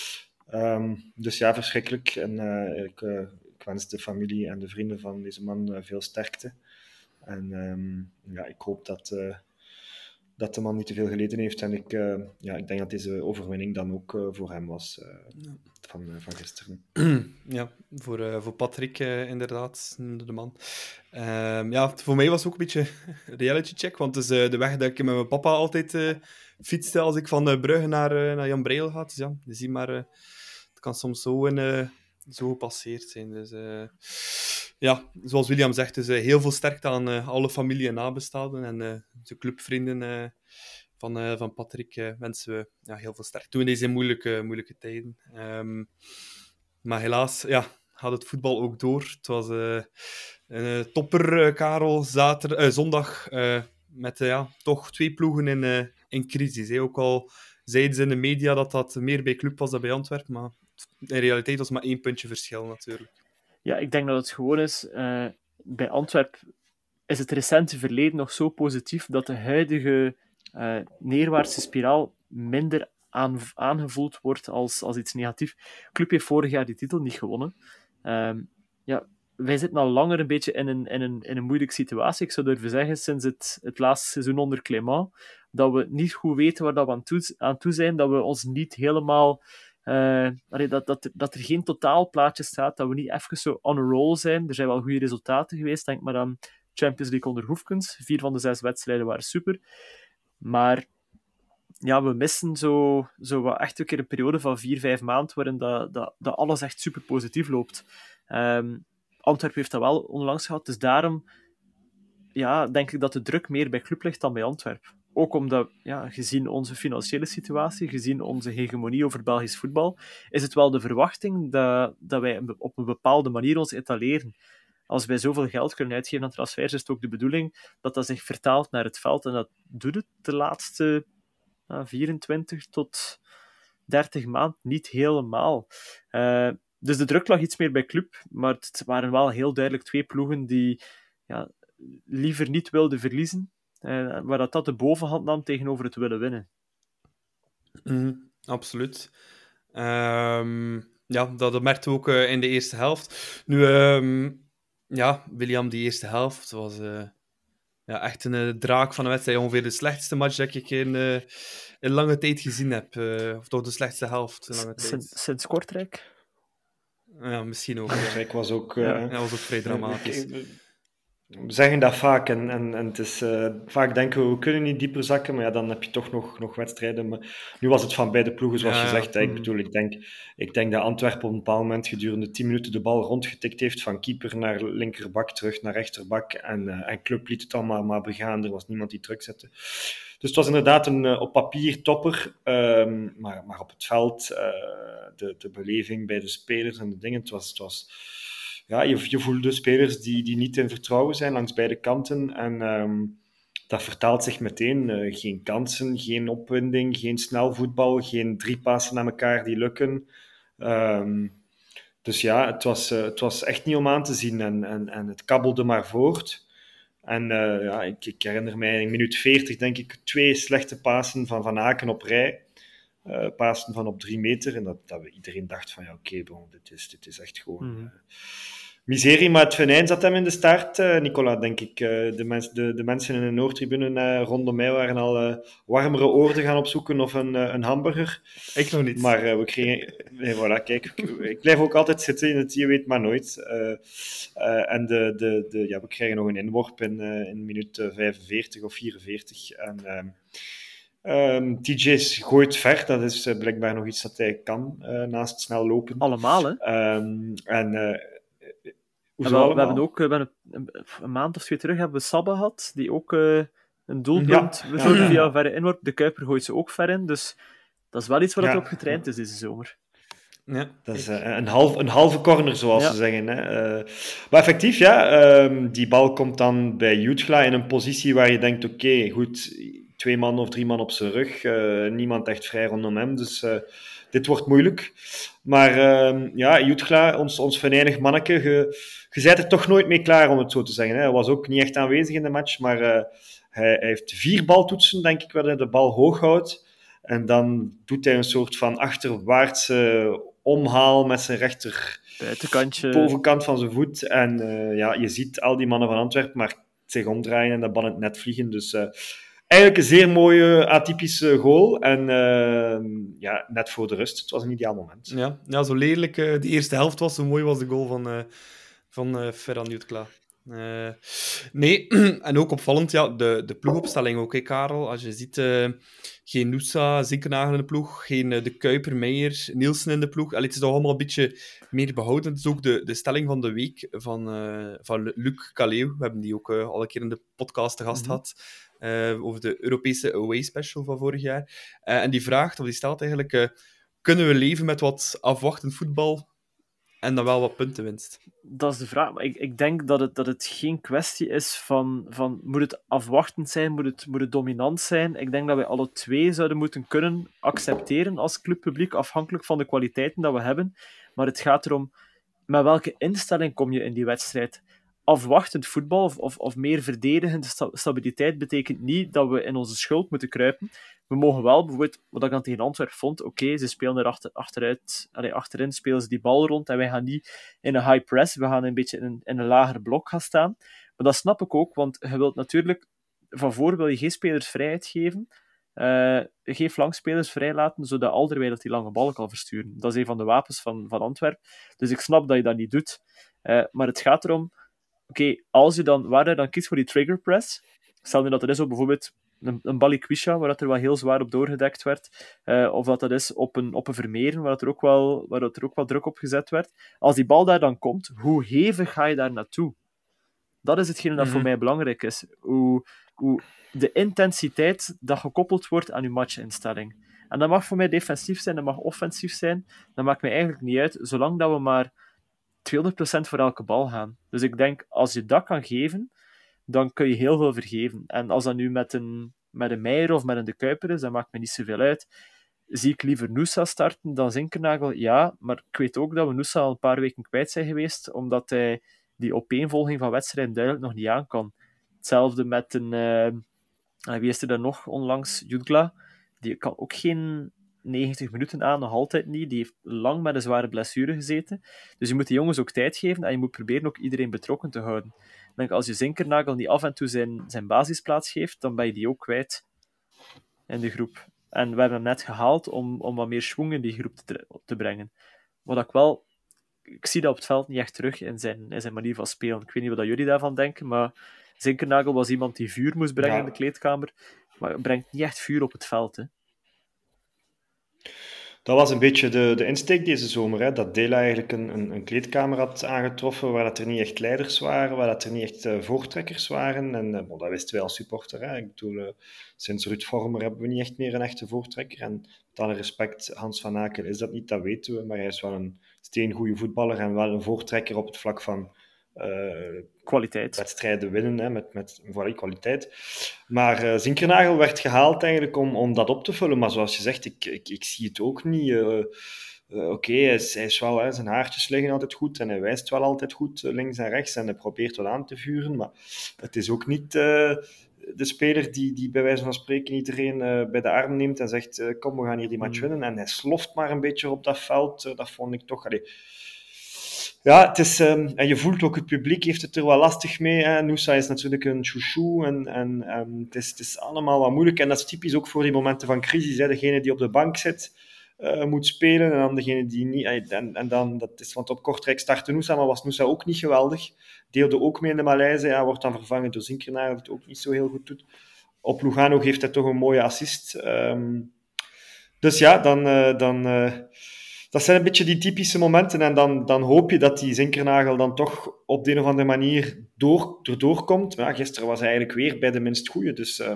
Um, dus ja, verschrikkelijk. En uh, ik, uh, ik wens de familie en de vrienden van deze man uh, veel sterkte. En um, ja, ik hoop dat, uh, dat de man niet te veel geleden heeft. En ik, uh, ja, ik denk dat deze overwinning dan ook uh, voor hem was, uh, ja. van, uh, van gisteren. Ja, voor, uh, voor Patrick uh, inderdaad, de man. Um, ja, voor mij was het ook een beetje een reality check, want het is uh, de weg dat ik met mijn papa altijd uh, fietste als ik van uh, Brugge naar, uh, naar Jan Breil ga. Dus ja, je ziet maar, uh, het kan soms zo, in, uh, zo gepasseerd zijn. Dus... Uh, Ja, zoals William zegt, dus uh, heel veel sterkte aan uh, alle familie en nabestaanden en uh, de clubvrienden uh, van, uh, van Patrick uh, wensen we ja, heel veel sterkte toe in deze moeilijke, moeilijke tijden. Um, maar helaas ja, gaat het voetbal ook door. Het was uh, een uh, topper, uh, Karel, zater, uh, zondag uh, met uh, ja, toch twee ploegen in, uh, in crisis. Hè. Ook al zeiden ze in de media dat dat meer bij Club was dan bij Antwerpen, maar in realiteit was het maar één puntje verschil natuurlijk. Ja, ik denk dat het gewoon is... Uh, bij Antwerpen is het recente verleden nog zo positief dat de huidige uh, neerwaartse spiraal minder aan, aangevoeld wordt als, als iets negatiefs. Club heeft vorig jaar die titel niet gewonnen. Um, ja, wij zitten al langer een beetje in een, in een, in een moeilijke situatie. Ik zou durven zeggen, sinds het, het laatste seizoen onder Clément, dat we niet goed weten waar dat we aan toe, aan toe zijn, dat we ons niet helemaal... Uh, allee, dat, dat, dat er geen totaalplaatje staat, dat we niet even zo on a roll zijn. Er zijn wel goede resultaten geweest, denk maar aan Champions League onder Hoefkens. Vier van de zes wedstrijden waren super. Maar ja, we missen zo, zo wat echt een keer een periode van vier, vijf maanden waarin dat, dat, dat alles echt super positief loopt. Um, Antwerpen heeft dat wel onlangs gehad, dus daarom ja, denk ik dat de druk meer bij Club ligt dan bij Antwerpen. Ook omdat, ja, gezien onze financiële situatie, gezien onze hegemonie over Belgisch voetbal, is het wel de verwachting dat, dat wij op een bepaalde manier ons etaleren. Als wij zoveel geld kunnen uitgeven aan transfers, is het ook de bedoeling dat dat zich vertaalt naar het veld. En dat doet het de laatste uh, vierentwintig tot dertig maanden niet helemaal. Uh, dus de druk lag iets meer bij Club, maar het waren wel heel duidelijk twee ploegen die ja, liever niet wilden verliezen. Uh, waar dat, dat de bovenhand nam tegenover het willen winnen. Mm, absoluut. Um, ja, dat, dat merkten we ook uh, in de eerste helft. Nu, um, ja, William, die eerste helft was uh, ja, echt een uh, draak van de wedstrijd. Ongeveer de slechtste match dat ik in, uh, in lange tijd gezien heb. Uh, of toch de slechtste helft in lange tijd. Sinds, sinds Kortrijk? Ja, misschien ook. Kortrijk was ook... Uh, ja, was ook vrij dramatisch. We zeggen dat vaak en, en, en het is, uh, vaak denken we, we kunnen niet dieper zakken, maar ja, dan heb je toch nog, nog wedstrijden. Maar nu was het van beide ploegen, zoals ja, je zegt. Hè. Ik bedoel, ik denk, ik denk dat Antwerpen op een bepaald moment gedurende tien minuten de bal rondgetikt heeft, van keeper naar linkerbak, terug naar rechterbak. En, uh, en Club liet het allemaal maar begaan, er was niemand die druk zette. Dus het was inderdaad een uh, op papier topper, um, maar, maar op het veld, uh, de, de beleving bij de spelers en de dingen, het was... Het was Ja, je, je voelde spelers die, die niet in vertrouwen zijn langs beide kanten. En um, dat vertaalt zich meteen. Uh, geen kansen, geen opwinding, geen snel voetbal, geen drie passen naar elkaar die lukken. Um, dus ja, het was, uh, het was echt niet om aan te zien. En, en, en het kabbelde maar voort. En uh, ja, ik, ik herinner mij in minuut veertig, denk ik, twee slechte passen van Van Aken op rij. Uh, passen van op drie meter. En dat, dat we iedereen dacht van, ja, oké, okay, bon, dit, is, dit is echt gewoon... Mm. Uh, miserie, maar het venijn zat hem in de start, uh, Nicola, denk ik. Uh, de, mens, de, de mensen in de Noordtribune uh, rondom mij waren al uh, warmere oorden gaan opzoeken of een, uh, een hamburger. Ik nog niet. Maar uh, we kregen... Nee, voilà, kijk. Ik blijf ook altijd zitten in het je weet maar nooit. Uh, uh, en de, de, de, ja, we krijgen nog een inworp in, uh, in minuut uh, vijfenveertig of vierenveertig. En... Uh, Um, T J gooit ver, dat is uh, blijkbaar nog iets dat hij kan, uh, naast snel lopen. Allemaal, hè? Um, en, uh, hoe en we, we hebben ook uh, we hebben een, een maand of twee terug hebben we Sabbe gehad, die ook uh, een doelpunt ja, ja, ja. via verre inworp. De Kuiper gooit ze ook ver in, dus dat is wel iets waar ja. het op getraind is deze zomer. Ja. Dat is uh, een, half, een halve corner, zoals ja. ze zeggen. Hè. Uh, maar effectief, ja, um, die bal komt dan bij Jutgla in een positie waar je denkt, oké, okay, goed... twee man of drie man op zijn rug. Uh, niemand echt vrij rondom hem. Dus uh, dit wordt moeilijk. Maar uh, ja, Jutgla, ons, ons venijnig manneke, je, je bent er toch nooit mee klaar, om het zo te zeggen. Hè. Hij was ook niet echt aanwezig in de match, maar uh, hij, hij heeft vier baltoetsen, denk ik, waar hij de bal hoog houdt. En dan doet hij een soort van achterwaartse omhaal met zijn rechter buitenkantje, bovenkant van zijn voet. En uh, ja, je ziet al die mannen van Antwerpen maar zich omdraaien en de bal in het net vliegen. Dus... Uh, Eigenlijk een zeer mooie, atypische goal. En uh, ja, net voor de rust. Het was een ideaal moment. Ja, ja zo lelijk uh, de eerste helft was. Zo mooi was de goal van, uh, van uh, Ferran Jutgla. Uh, nee, en ook opvallend, ja, de, de ploegopstelling ook, hè, Karel. Als je ziet, uh, geen Noosa, Zinkenhagen in de ploeg, geen uh, de Kuiper, Meijer, Nielsen in de ploeg. Allee, het is toch allemaal een beetje meer behouden. Het is ook de, de stelling van de week van, uh, van Luc Caleeuw. We hebben die ook uh, al een keer in de podcast te gast gehad. Mm-hmm. Uh, over de Europese Away Special van vorig jaar. Uh, en die vraagt, of die stelt eigenlijk, uh, kunnen we leven met wat afwachtend voetbal en dan wel wat puntenwinst? Dat is de vraag. Maar ik, ik denk dat het, dat het geen kwestie is van, van moet het afwachtend zijn, moet het, moet het dominant zijn. Ik denk dat wij alle twee zouden moeten kunnen accepteren als clubpubliek, afhankelijk van de kwaliteiten dat we hebben. Maar het gaat erom, met welke instelling kom je in die wedstrijd? Afwachtend voetbal of, of, of meer verdedigende sta- stabiliteit betekent niet dat we in onze schuld moeten kruipen. We mogen wel, bijvoorbeeld, wat ik dan tegen Antwerpen vond, oké, okay, ze spelen er achter, achteruit, allee, achterin spelen ze die bal rond en wij gaan niet in een high press, we gaan een beetje in een, in een lager blok gaan staan. Maar dat snap ik ook, want je wilt natuurlijk, van voor wil je geen spelers vrijheid geven, uh, geen flankspelers vrijlaten, zodat Alderweireld die lange bal kan versturen. Dat is een van de wapens van, van Antwerpen. Dus ik snap dat je dat niet doet. Uh, maar het gaat erom, oké, okay, als je dan, waar je dan kiest voor die trigger press, stel nu dat er is op bijvoorbeeld een, een Balikwisha, waar dat er wel heel zwaar op doorgedekt werd, uh, of dat dat is op een, op een Vermeeren, waar, dat er ook wel, waar dat er ook wel druk op gezet werd. Als die bal daar dan komt, hoe hevig ga je daar naartoe? Dat is hetgene dat mm-hmm. voor mij belangrijk is. Hoe, hoe de intensiteit dat gekoppeld wordt aan je matchinstelling. En dat mag voor mij defensief zijn, dat mag offensief zijn, dat maakt mij eigenlijk niet uit, zolang dat we maar tweehonderd procent voor elke bal gaan. Dus ik denk, als je dat kan geven, dan kun je heel veel vergeven. En als dat nu met een, met een Meijer of met een De Kuiper is, dat maakt me niet zoveel uit. Zie ik liever Noosa starten dan Zinkernagel? Ja, maar ik weet ook dat we Noosa al een paar weken kwijt zijn geweest, omdat hij die opeenvolging van wedstrijden duidelijk nog niet aan kan. Hetzelfde met een... Uh, wie is er dan nog onlangs? Jutgla. Die kan ook geen negentig minuten aan, nog altijd niet. Die heeft lang met een zware blessure gezeten. Dus je moet die jongens ook tijd geven en je moet proberen ook iedereen betrokken te houden. Ik denk, als je Zinkernagel niet af en toe zijn, zijn basisplaats geeft, dan ben je die ook kwijt in de groep. En we hebben hem net gehaald om, om wat meer schwung in die groep te, te brengen. Wat ik wel... Ik zie dat op het veld niet echt terug in zijn, in zijn manier van spelen. Ik weet niet wat jullie daarvan denken, maar Zinkernagel was iemand die vuur moest brengen ja. in de kleedkamer, maar brengt niet echt vuur op het veld, hè. Dat was een beetje de, de insteek deze zomer, hè? Dat Dela eigenlijk een, een, een kleedkamer had aangetroffen waar dat er niet echt leiders waren, waar dat er niet echt uh, voortrekkers waren. En uh, bon, dat wisten wij als supporter. Hè? Ik bedoel, uh, sinds Ruud Vormer hebben we niet echt meer een echte voortrekker. En met alle respect, Hans van Aken is dat niet, dat weten we. Maar hij is wel een steengoede voetballer en wel een voortrekker op het vlak van uh, kwaliteit. Wedstrijden winnen, hè, met, met voilà, kwaliteit. Maar uh, Zinkernagel werd gehaald eigenlijk om, om dat op te vullen. Maar zoals je zegt, ik, ik, ik zie het ook niet. Uh, uh, Oké, okay, hij, hij is wel, hè, zijn haartjes liggen altijd goed en hij wijst wel altijd goed uh, links en rechts en hij probeert wel aan te vuren. Maar het is ook niet uh, de speler die, die bij wijze van spreken iedereen uh, bij de arm neemt en zegt uh, kom, we gaan hier die match winnen. En hij sloft maar een beetje op dat veld. Uh, dat vond ik toch... Allee, Ja, het is, um, en je voelt ook, het publiek heeft het er wel lastig mee. Hè. Nusa is natuurlijk een chouchou en, en um, het, is, het is allemaal wat moeilijk. En dat is typisch ook voor die momenten van crisis. Hè. Degene die op de bank zit, uh, moet spelen en dan degene die niet... En, en dan, dat is, want op Kortrijk startte Nusa, maar was Nusa ook niet geweldig. Deelde ook mee in de Malaise. Ja, wordt dan vervangen door Zinkenaar, die het ook niet zo heel goed doet. Op Lugano geeft hij toch een mooie assist. Um, dus ja, dan... Uh, dan uh, dat zijn een beetje die typische momenten. En dan, dan hoop je dat die Zinkernagel dan toch op de een of andere manier door, erdoor komt. Maar ja, gisteren was hij eigenlijk weer bij de minst goeie. Dus uh,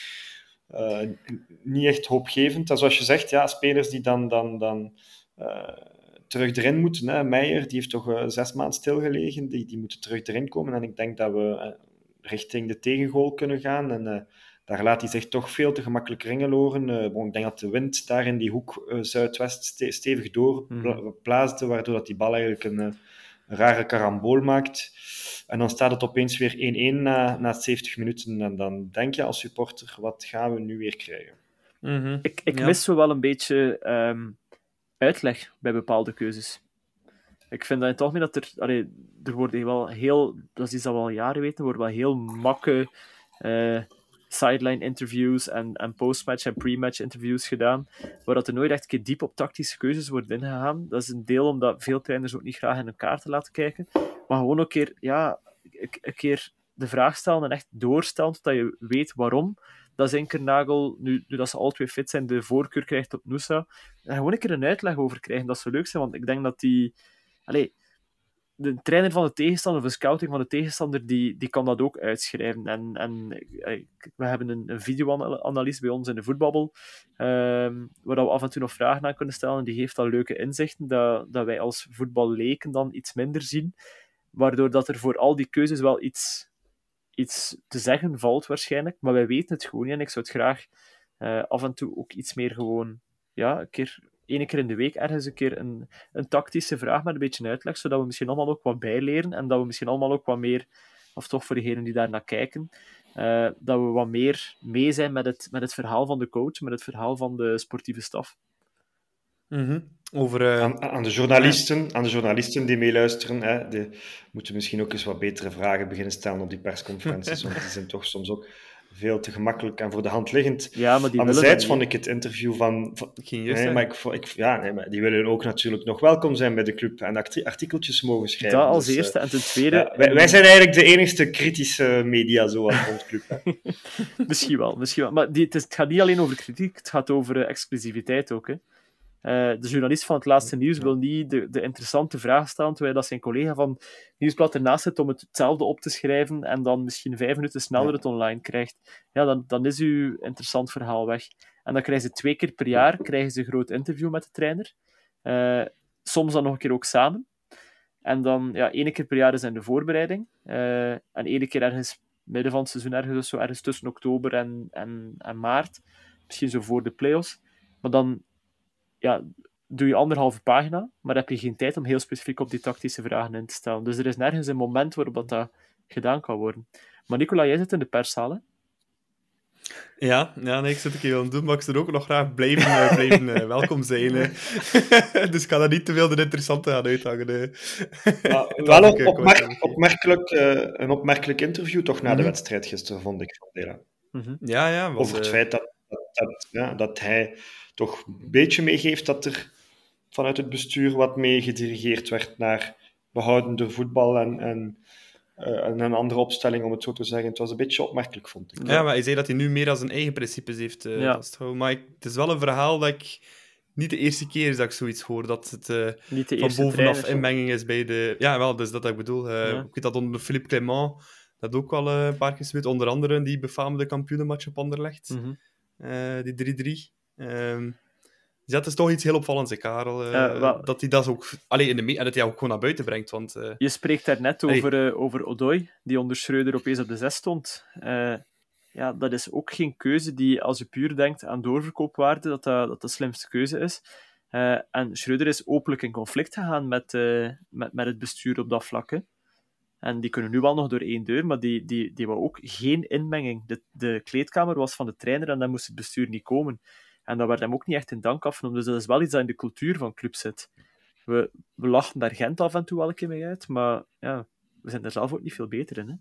uh, niet echt hoopgevend. En zoals je zegt, ja, spelers die dan, dan, dan uh, terug erin moeten. Hè. Meijer, die heeft toch uh, zes maanden stilgelegen. Die, die moeten terug erin komen. En ik denk dat we uh, richting de tegengoal kunnen gaan. En... Uh, Daar laat hij zich toch veel te gemakkelijk ringeloren. Uh, bon, ik denk dat de wind daar in die hoek uh, zuidwest ste- stevig doorplaasde, mm. waardoor dat die bal eigenlijk een, een rare karambool maakt. En dan staat het opeens weer één-één na, na zeventig minuten. En dan denk je als supporter, wat gaan we nu weer krijgen? Mm-hmm. Ik, ik ja. mis zo wel een beetje um, uitleg bij bepaalde keuzes. Ik vind dat in het algemeen dat er... Allee, er worden wel heel... Dat is iets dat we al jaren weten. Er worden wel heel makke... Uh, sideline interviews en, en post-match en pre-match interviews gedaan, waar dat er nooit echt een keer diep op tactische keuzes wordt ingegaan. Dat is een deel omdat veel trainers ook niet graag in hun kaarten laten kijken, maar gewoon een keer, ja, een, een keer de vraag stellen en echt doorstellen totdat je weet waarom dat Zinkernagel, nu, nu dat ze alle twee fit zijn, de voorkeur krijgt op Nusa. En gewoon een keer een uitleg over krijgen, dat zou leuk zijn, want ik denk dat die... Allee, de trainer van de tegenstander, of de scouting van de tegenstander, die, die kan dat ook uitschrijven. En, en we hebben een, een video-analyst bij ons in de voetbabbel, um, waar we af en toe nog vragen aan kunnen stellen. Die geeft al leuke inzichten, dat, dat wij als voetballeken dan iets minder zien. Waardoor dat er voor al die keuzes wel iets, iets te zeggen valt, waarschijnlijk. Maar wij weten het gewoon niet. En ik zou het graag uh, af en toe ook iets meer gewoon... Ja, een keer... Eén keer in de week ergens een keer een, een tactische vraag met een beetje uitleg, zodat we misschien allemaal ook wat bijleren en dat we misschien allemaal ook wat meer, of toch voor degenen die daar naar kijken, uh, dat we wat meer mee zijn met het, met het verhaal van de coach, met het verhaal van de sportieve staf. Mm-hmm. Over, uh... aan, aan, de journalisten, aan de journalisten die meeluisteren, hè, die moeten misschien ook eens wat betere vragen beginnen stellen op die persconferenties, want die zijn toch soms ook veel te gemakkelijk en voor de hand liggend. Ja, maar die Anderzijds vond ik het interview van... van nee, maar ik, ik, ja, nee, maar die willen ook natuurlijk nog welkom zijn bij de club en artikeltjes mogen schrijven. Dat als dus, eerste. En ten tweede... Ja, wij, wij zijn eigenlijk de enigste kritische media zo aan onze club. Hè. misschien wel, misschien wel. Maar die, het, is, het gaat niet alleen over kritiek, het gaat over uh, exclusiviteit ook, hè. Uh, de journalist van het laatste nieuws wil niet de, de interessante vraag stellen, terwijl dat zijn collega van Nieuwsblad ernaast zit om het hetzelfde op te schrijven en dan misschien vijf minuten sneller het online krijgt. Ja, dan, dan is uw interessant verhaal weg. En dan krijgen ze twee keer per jaar krijgen ze een groot interview met de trainer. Uh, soms dan nog een keer ook samen. En dan, ja, één keer per jaar is in de voorbereiding. Uh, en één keer ergens midden van het seizoen, ergens, zo, ergens tussen oktober en, en, en maart. Misschien zo voor de play-offs. Maar dan ja, doe je anderhalve pagina, maar heb je geen tijd om heel specifiek op die tactische vragen in te stellen. Dus er is nergens een moment waarop dat, dat gedaan kan worden. Maar Nicola, jij zit in de perszaal, hè? Ja, ja nee, ik zit een keer aan het doen, maar ik zou ook nog graag blijven, uh, blijven uh, welkom zijn. Uh. Dus ik ga daar niet te veel de interessante gaan uithangen. Uh. Ja, wel een opmerk, opmerkelijk, uh, een opmerkelijk interview toch na mm-hmm. de wedstrijd gisteren, vond ik, van Dela. Mm-hmm. Ja, ja. Was, Over het uh... feit dat, dat, dat, ja, dat hij toch een beetje meegeeft dat er vanuit het bestuur wat mee gedirigeerd werd naar behoudender voetbal en, en, uh, en een andere opstelling, om het zo te zeggen. Het was een beetje opmerkelijk, vond ik. Ja, maar hij zei dat hij nu meer dan zijn eigen principes heeft uh, ja. vastgehouden. Maar ik, het is wel een verhaal dat ik... Niet de eerste keer is dat ik zoiets hoor, dat het uh, van bovenaf inmenging is bij de... Ja, wel, dus dat ik bedoel. Uh, ja. Ik weet dat onder Philippe Clement dat ook wel uh, een paar keer gebeurd. Onder andere die befaamde kampioenenmatch op Anderlecht. Mm-hmm. Uh, die drie drie. Um, dus dat is toch iets heel opvallends, Karel. Uh, uh, well, dat hij dat ook... Allee, in de me- en dat hij ook gewoon naar buiten brengt, want... Uh, je spreekt daar net over, uh, over Odoi, die onder Schreuder opeens op de zes stond. Uh, ja, dat is ook geen keuze die, als je puur denkt aan doorverkoopwaarde, dat dat, dat de slimste keuze is. Uh, en Schreuder is openlijk in conflict gegaan met, uh, met, met het bestuur op dat vlak. Hè. En die kunnen nu wel nog door één deur, maar die, die, die wou ook geen inmenging. De, de kleedkamer was van de trainer en dan moest het bestuur niet komen. En dat werd hem ook niet echt in dank afgenomen. Dus dat is wel iets dat in de cultuur van club zit. we, we lachen daar Gent af en toe wel een keer mee uit, maar ja, we zijn er zelf ook niet veel beter in. Hè?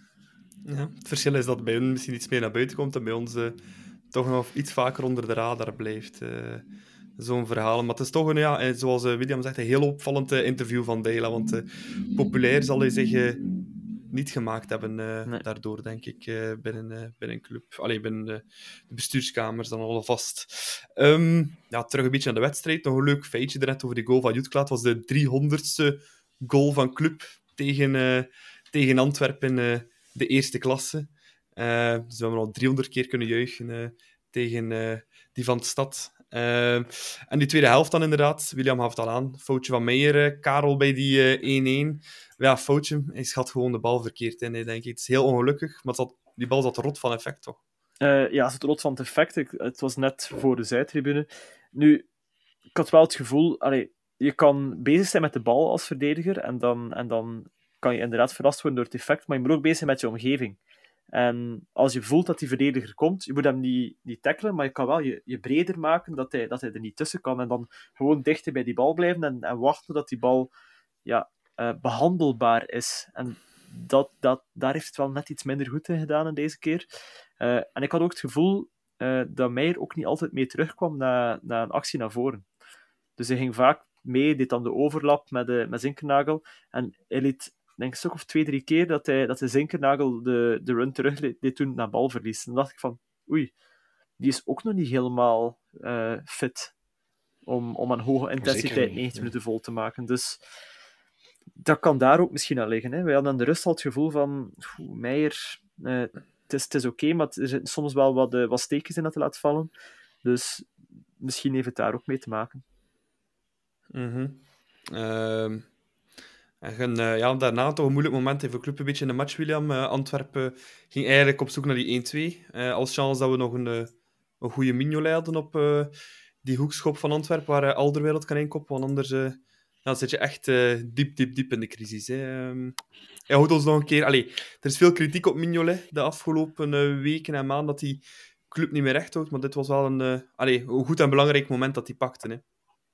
Ja, het verschil is dat bij hun misschien iets meer naar buiten komt en bij ons uh, toch nog iets vaker onder de radar blijft. Uh, Zo'n verhaal. Maar het is toch een, ja, zoals William zegt, een heel opvallend uh, interview van Deila. Want uh, populair zal hij zich uh, niet gemaakt hebben uh, nee. daardoor, denk ik, uh, binnen, uh, binnen een club. Allee, binnen uh, de bestuurskamers dan alvast. Um, ja, terug een beetje naar de wedstrijd. Nog een leuk feitje er net over die goal van Jutklaat. Het was de driehonderdste goal van club tegen, uh, tegen Antwerpen in uh, de eerste klasse. Uh, dus we hebben al driehonderd keer kunnen juichen uh, tegen uh, die van de stad. Uh, en die tweede helft dan inderdaad, William gaf het al aan, foutje van Meijer, uh, Karel bij die uh, één-één. Ja, foutje, hij schat gewoon de bal verkeerd in, denk ik. Het is heel ongelukkig, maar zat, die bal zat rot van effect, toch? Uh, ja, het zat rot van het effect. Ik, het was net voor de zijtribune. Nu, ik had wel het gevoel, allee, je kan bezig zijn met de bal als verdediger en dan, en dan kan je inderdaad verrast worden door het effect, maar je moet ook bezig zijn met je omgeving. En als je voelt dat die verdediger komt, je moet hem niet, niet tackelen, maar je kan wel je, je breder maken dat hij, dat hij er niet tussen kan. En dan gewoon dichter bij die bal blijven en, en wachten dat die bal ja, uh, behandelbaar is. En dat, dat, daar heeft het wel net iets minder goed in gedaan in deze keer. Uh, en ik had ook het gevoel uh, dat Meijer ook niet altijd mee terugkwam na, na een actie naar voren. Dus hij ging vaak mee, deed dan de overlap met, de, met Zinkernagel. En hij liet... Ik denk een stuk of twee, drie keer dat hij, dat de Zinkernagel de, de run terug deed toen naar balverlies. En dan dacht ik van, oei, die is ook nog niet helemaal uh, fit om, om aan hoge intensiteit negentig minuten vol te maken. Dus dat kan daar ook misschien aan liggen. Hè. Wij hadden aan de rust al het gevoel van, Meijer, uh, het is, het is oké, okay, maar er zitten soms wel wat, uh, wat steekjes in dat te laten vallen. Dus misschien heeft het daar ook mee te maken. Mm-hmm. Uh... En uh, ja, daarna toch een moeilijk moment voor de club een beetje in de match, William. Uh, Antwerpen ging eigenlijk op zoek naar die één-twee. Uh, als chance dat we nog een, uh, een goede Mignolet hadden op uh, die hoekschop van Antwerpen, waar uh, Alderweireld kan inkoppen. Want anders uh, dan zit je echt uh, diep, diep, diep in de crisis. Hè. Um, hij houdt ons nog een keer... Allee, er is veel kritiek op Mignolet de afgelopen uh, weken en maanden dat die club niet meer recht houdt. Maar dit was wel een, uh, allee, een goed en belangrijk moment dat hij pakte. Hè.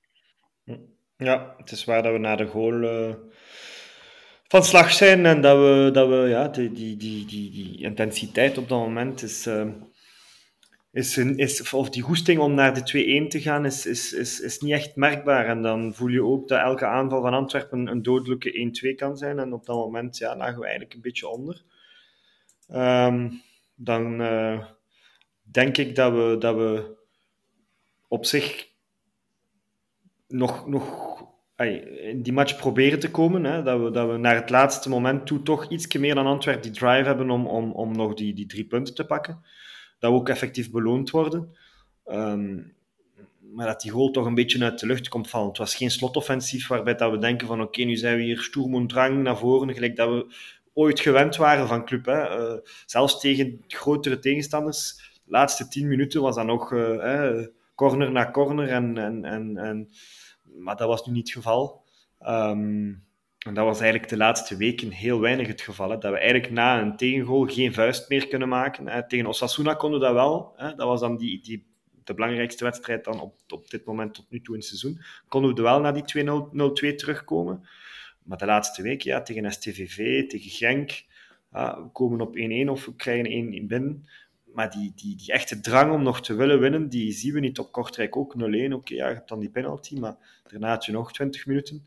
Ja, het is waar dat we na de goal uh, van slag zijn en dat we, dat we ja, die, die, die, die, die intensiteit op dat moment is, uh, is, is, of die goesting om naar de twee-één te gaan is, is, is, is niet echt merkbaar. En dan voel je ook dat elke aanval van Antwerpen een dodelijke één-twee kan zijn. En op dat moment ja, lagen we eigenlijk een beetje onder. Um, dan uh, denk ik dat we, dat we op zich nog, nog ay, in die match proberen te komen. Hè, dat, we, dat we naar het laatste moment toe toch iets meer dan Antwerpen die drive hebben om, om, om nog die, die drie punten te pakken. Dat we ook effectief beloond worden. Um, maar dat die goal toch een beetje uit de lucht komt vallen. Het was geen slotoffensief waarbij dat we denken van oké, okay, nu zijn we hier Sturm und Drang naar voren, gelijk dat we ooit gewend waren van club. Hè. Uh, zelfs tegen grotere tegenstanders. De laatste tien minuten was dat nog uh, uh, corner na corner. En, en, en, en, maar dat was nu niet het geval. Um, en dat was eigenlijk de laatste weken heel weinig het geval. Hè. Dat we eigenlijk na een tegengoal geen vuist meer kunnen maken. Hè. Tegen Osasuna konden we dat wel. Hè. Dat was dan die, die, de belangrijkste wedstrijd dan op, op dit moment tot nu toe in het seizoen. Konden we wel naar die twee nul-twee terugkomen. Maar de laatste week, ja, tegen S T V V, tegen Genk, ja, we komen op één-één of we krijgen één-één binnen. Maar die, die, die echte drang om nog te willen winnen, die zien we niet op Kortrijk ook. nul-één, oké, okay, ja, je hebt dan die penalty, maar daarna had je nog twintig minuten.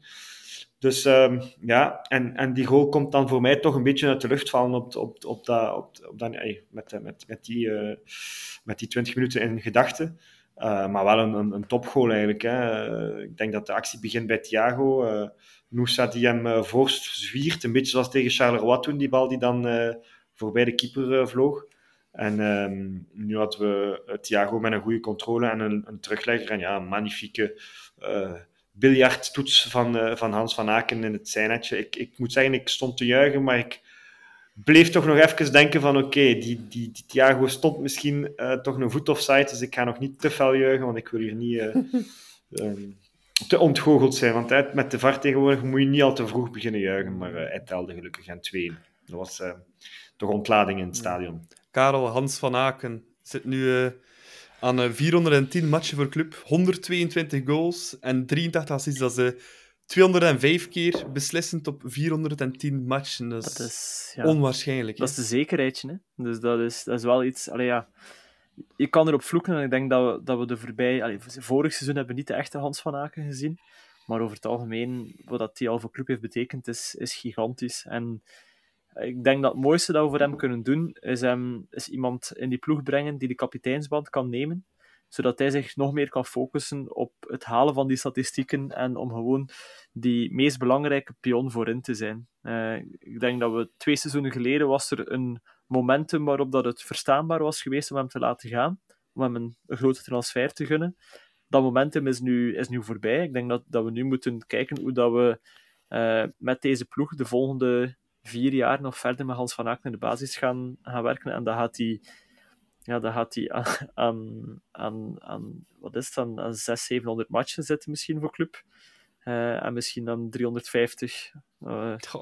Dus um, ja, en, en die goal komt dan voor mij toch een beetje uit de lucht vallen op, op, op dat, op, op dat, ey, met, met, met, die, uh, met die twintig minuten in gedachten. Uh, maar wel een, een, een topgoal eigenlijk. Hè. Uh, ik denk dat de actie begint bij Thiago. Uh, Noosa die hem uh, voorst zwiert, een beetje zoals tegen Charleroi toen, die bal die dan uh, voorbij de keeper uh, vloog. En um, nu hadden we uh, Thiago met een goede controle en een, een teruglegger. En ja, een magnifieke uh, biljarttoets van, uh, van Hans van Aken in het zijnetje. Ik, ik moet zeggen, ik stond te juichen, maar ik bleef toch nog even denken van oké, okay, die, die, die Thiago stond misschien uh, toch een voet offside, dus ik ga nog niet te fel juichen, want ik wil hier niet uh, um, te ontgoocheld zijn. Want uh, met de V A R tegenwoordig moet je niet al te vroeg beginnen juichen, maar uh, hij telde gelukkig aan twee. Dat was uh, toch ontlading in het stadion. Karel, Hans van Aken zit nu uh, aan uh, vierhonderdtien matchen voor club, honderdtweeëntwintig goals en drieëntachtig assists. Dat is uh, tweehonderdvijf keer beslissend op vierhonderdtien matchen. Dat is, Dat is, ja, onwaarschijnlijk. dat is een zekerheidje. Hè? Dus dat is, dat is wel iets... Allee, ja. Je kan erop vloeken en ik denk dat we, dat we de voorbij... Allee, vorig seizoen hebben we niet de echte Hans van Aken gezien. Maar over het algemeen, wat dat die al voor club heeft betekend, is, is gigantisch. En ik denk dat het mooiste dat we voor hem kunnen doen, is, hem, is iemand in die ploeg brengen die de kapiteinsband kan nemen, zodat hij zich nog meer kan focussen op het halen van die statistieken en om gewoon die meest belangrijke pion voorin te zijn. Uh, ik denk dat we twee seizoenen geleden was er een momentum waarop dat het verstaanbaar was geweest om hem te laten gaan, om hem een, een grote transfer te gunnen. Dat momentum is nu, is nu voorbij. Ik denk dat, dat we nu moeten kijken hoe dat we uh, met deze ploeg de volgende vier jaar nog verder met Hans van Aken in de basis gaan, gaan werken. En dan gaat hij ja, dan gaat hij aan, aan, aan, aan, wat is het, aan, aan zeshonderd, zevenhonderd matchen zitten misschien voor club. Uh, en misschien dan driehonderdvijftig uh, Oh.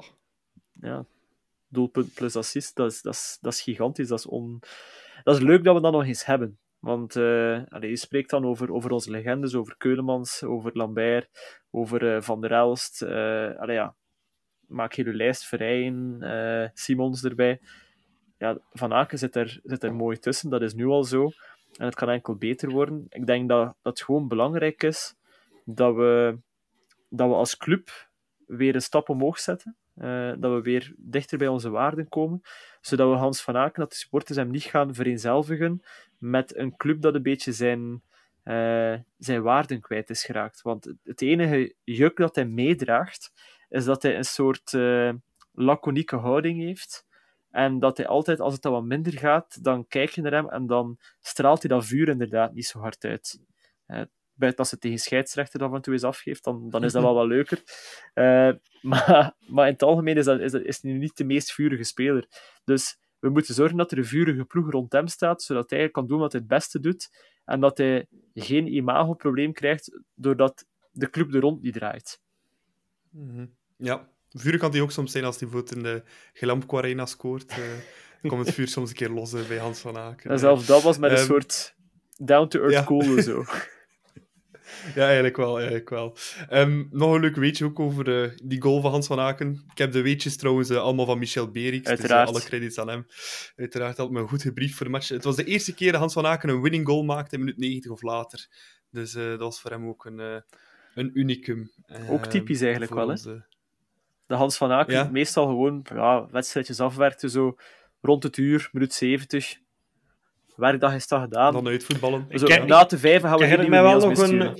ja, doelpunt plus assist. Dat is, dat is, dat is gigantisch. Dat is, on... dat is leuk dat we dat nog eens hebben. Want uh, allez, je spreekt dan over, over onze legendes, over Keulemans, over Lambert, over uh, Van der Elst. Uh, allez, ja. Maak hele lijst, Verrijen, uh, Simons erbij. Ja, Van Aken zit er, zit er mooi tussen, dat is nu al zo. En het kan enkel beter worden. Ik denk dat, dat het gewoon belangrijk is dat we, dat we als club weer een stap omhoog zetten. Uh, dat we weer dichter bij onze waarden komen. Zodat we Hans van Aken, dat de supporters hem niet gaan vereenzelvigen met een club dat een beetje zijn, uh, zijn waarden kwijt is geraakt. Want het enige juk dat hij meedraagt, is dat hij een soort uh, laconieke houding heeft. En dat hij altijd, als het dan wat minder gaat, dan kijk je naar hem en dan straalt hij dat vuur inderdaad niet zo hard uit. Uh, buiten als het tegen scheidsrechter af en toe is afgeeft, dan, dan is dat wel wat leuker. Uh, maar, maar in het algemeen is, dat, is, dat, is hij nu niet de meest vurige speler. Dus we moeten zorgen dat er een vurige ploeg rond hem staat, zodat hij kan doen wat hij het beste doet. En dat hij geen imagoprobleem krijgt, doordat de club er rond niet draait. Mm-hmm. Ja, vuur kan hij ook soms zijn als hij voet in de Gelamco Arena scoort. Uh, dan komt het vuur soms een keer los uh, bij Hans van Aken. En zelfs dat was met um, een soort down-to-earth ja. cool zo. Ja, eigenlijk wel. Eigenlijk wel. Um, nog een leuk weetje ook over uh, die goal van Hans van Aken. Ik heb de weetjes trouwens uh, allemaal van Michel Berix. Uiteraard. Dus uh, alle credits aan hem. Uiteraard had me goed gebriefd voor de match. Het was de eerste keer dat Hans van Aken een winning goal maakte in minuut negentig of later. Dus uh, dat was voor hem ook een, uh, een unicum. Uh, ook typisch eigenlijk wel, onze... hè? De Hans van Aken ja? meestal gewoon ja, wedstrijdjes afwerkte, zo rond het uur, minuut zeventig. Werkdag is dat gedaan. Dan uitvoetballen. Zo, ken, na de vijf gaan we geen nieuwe mails meer sturen.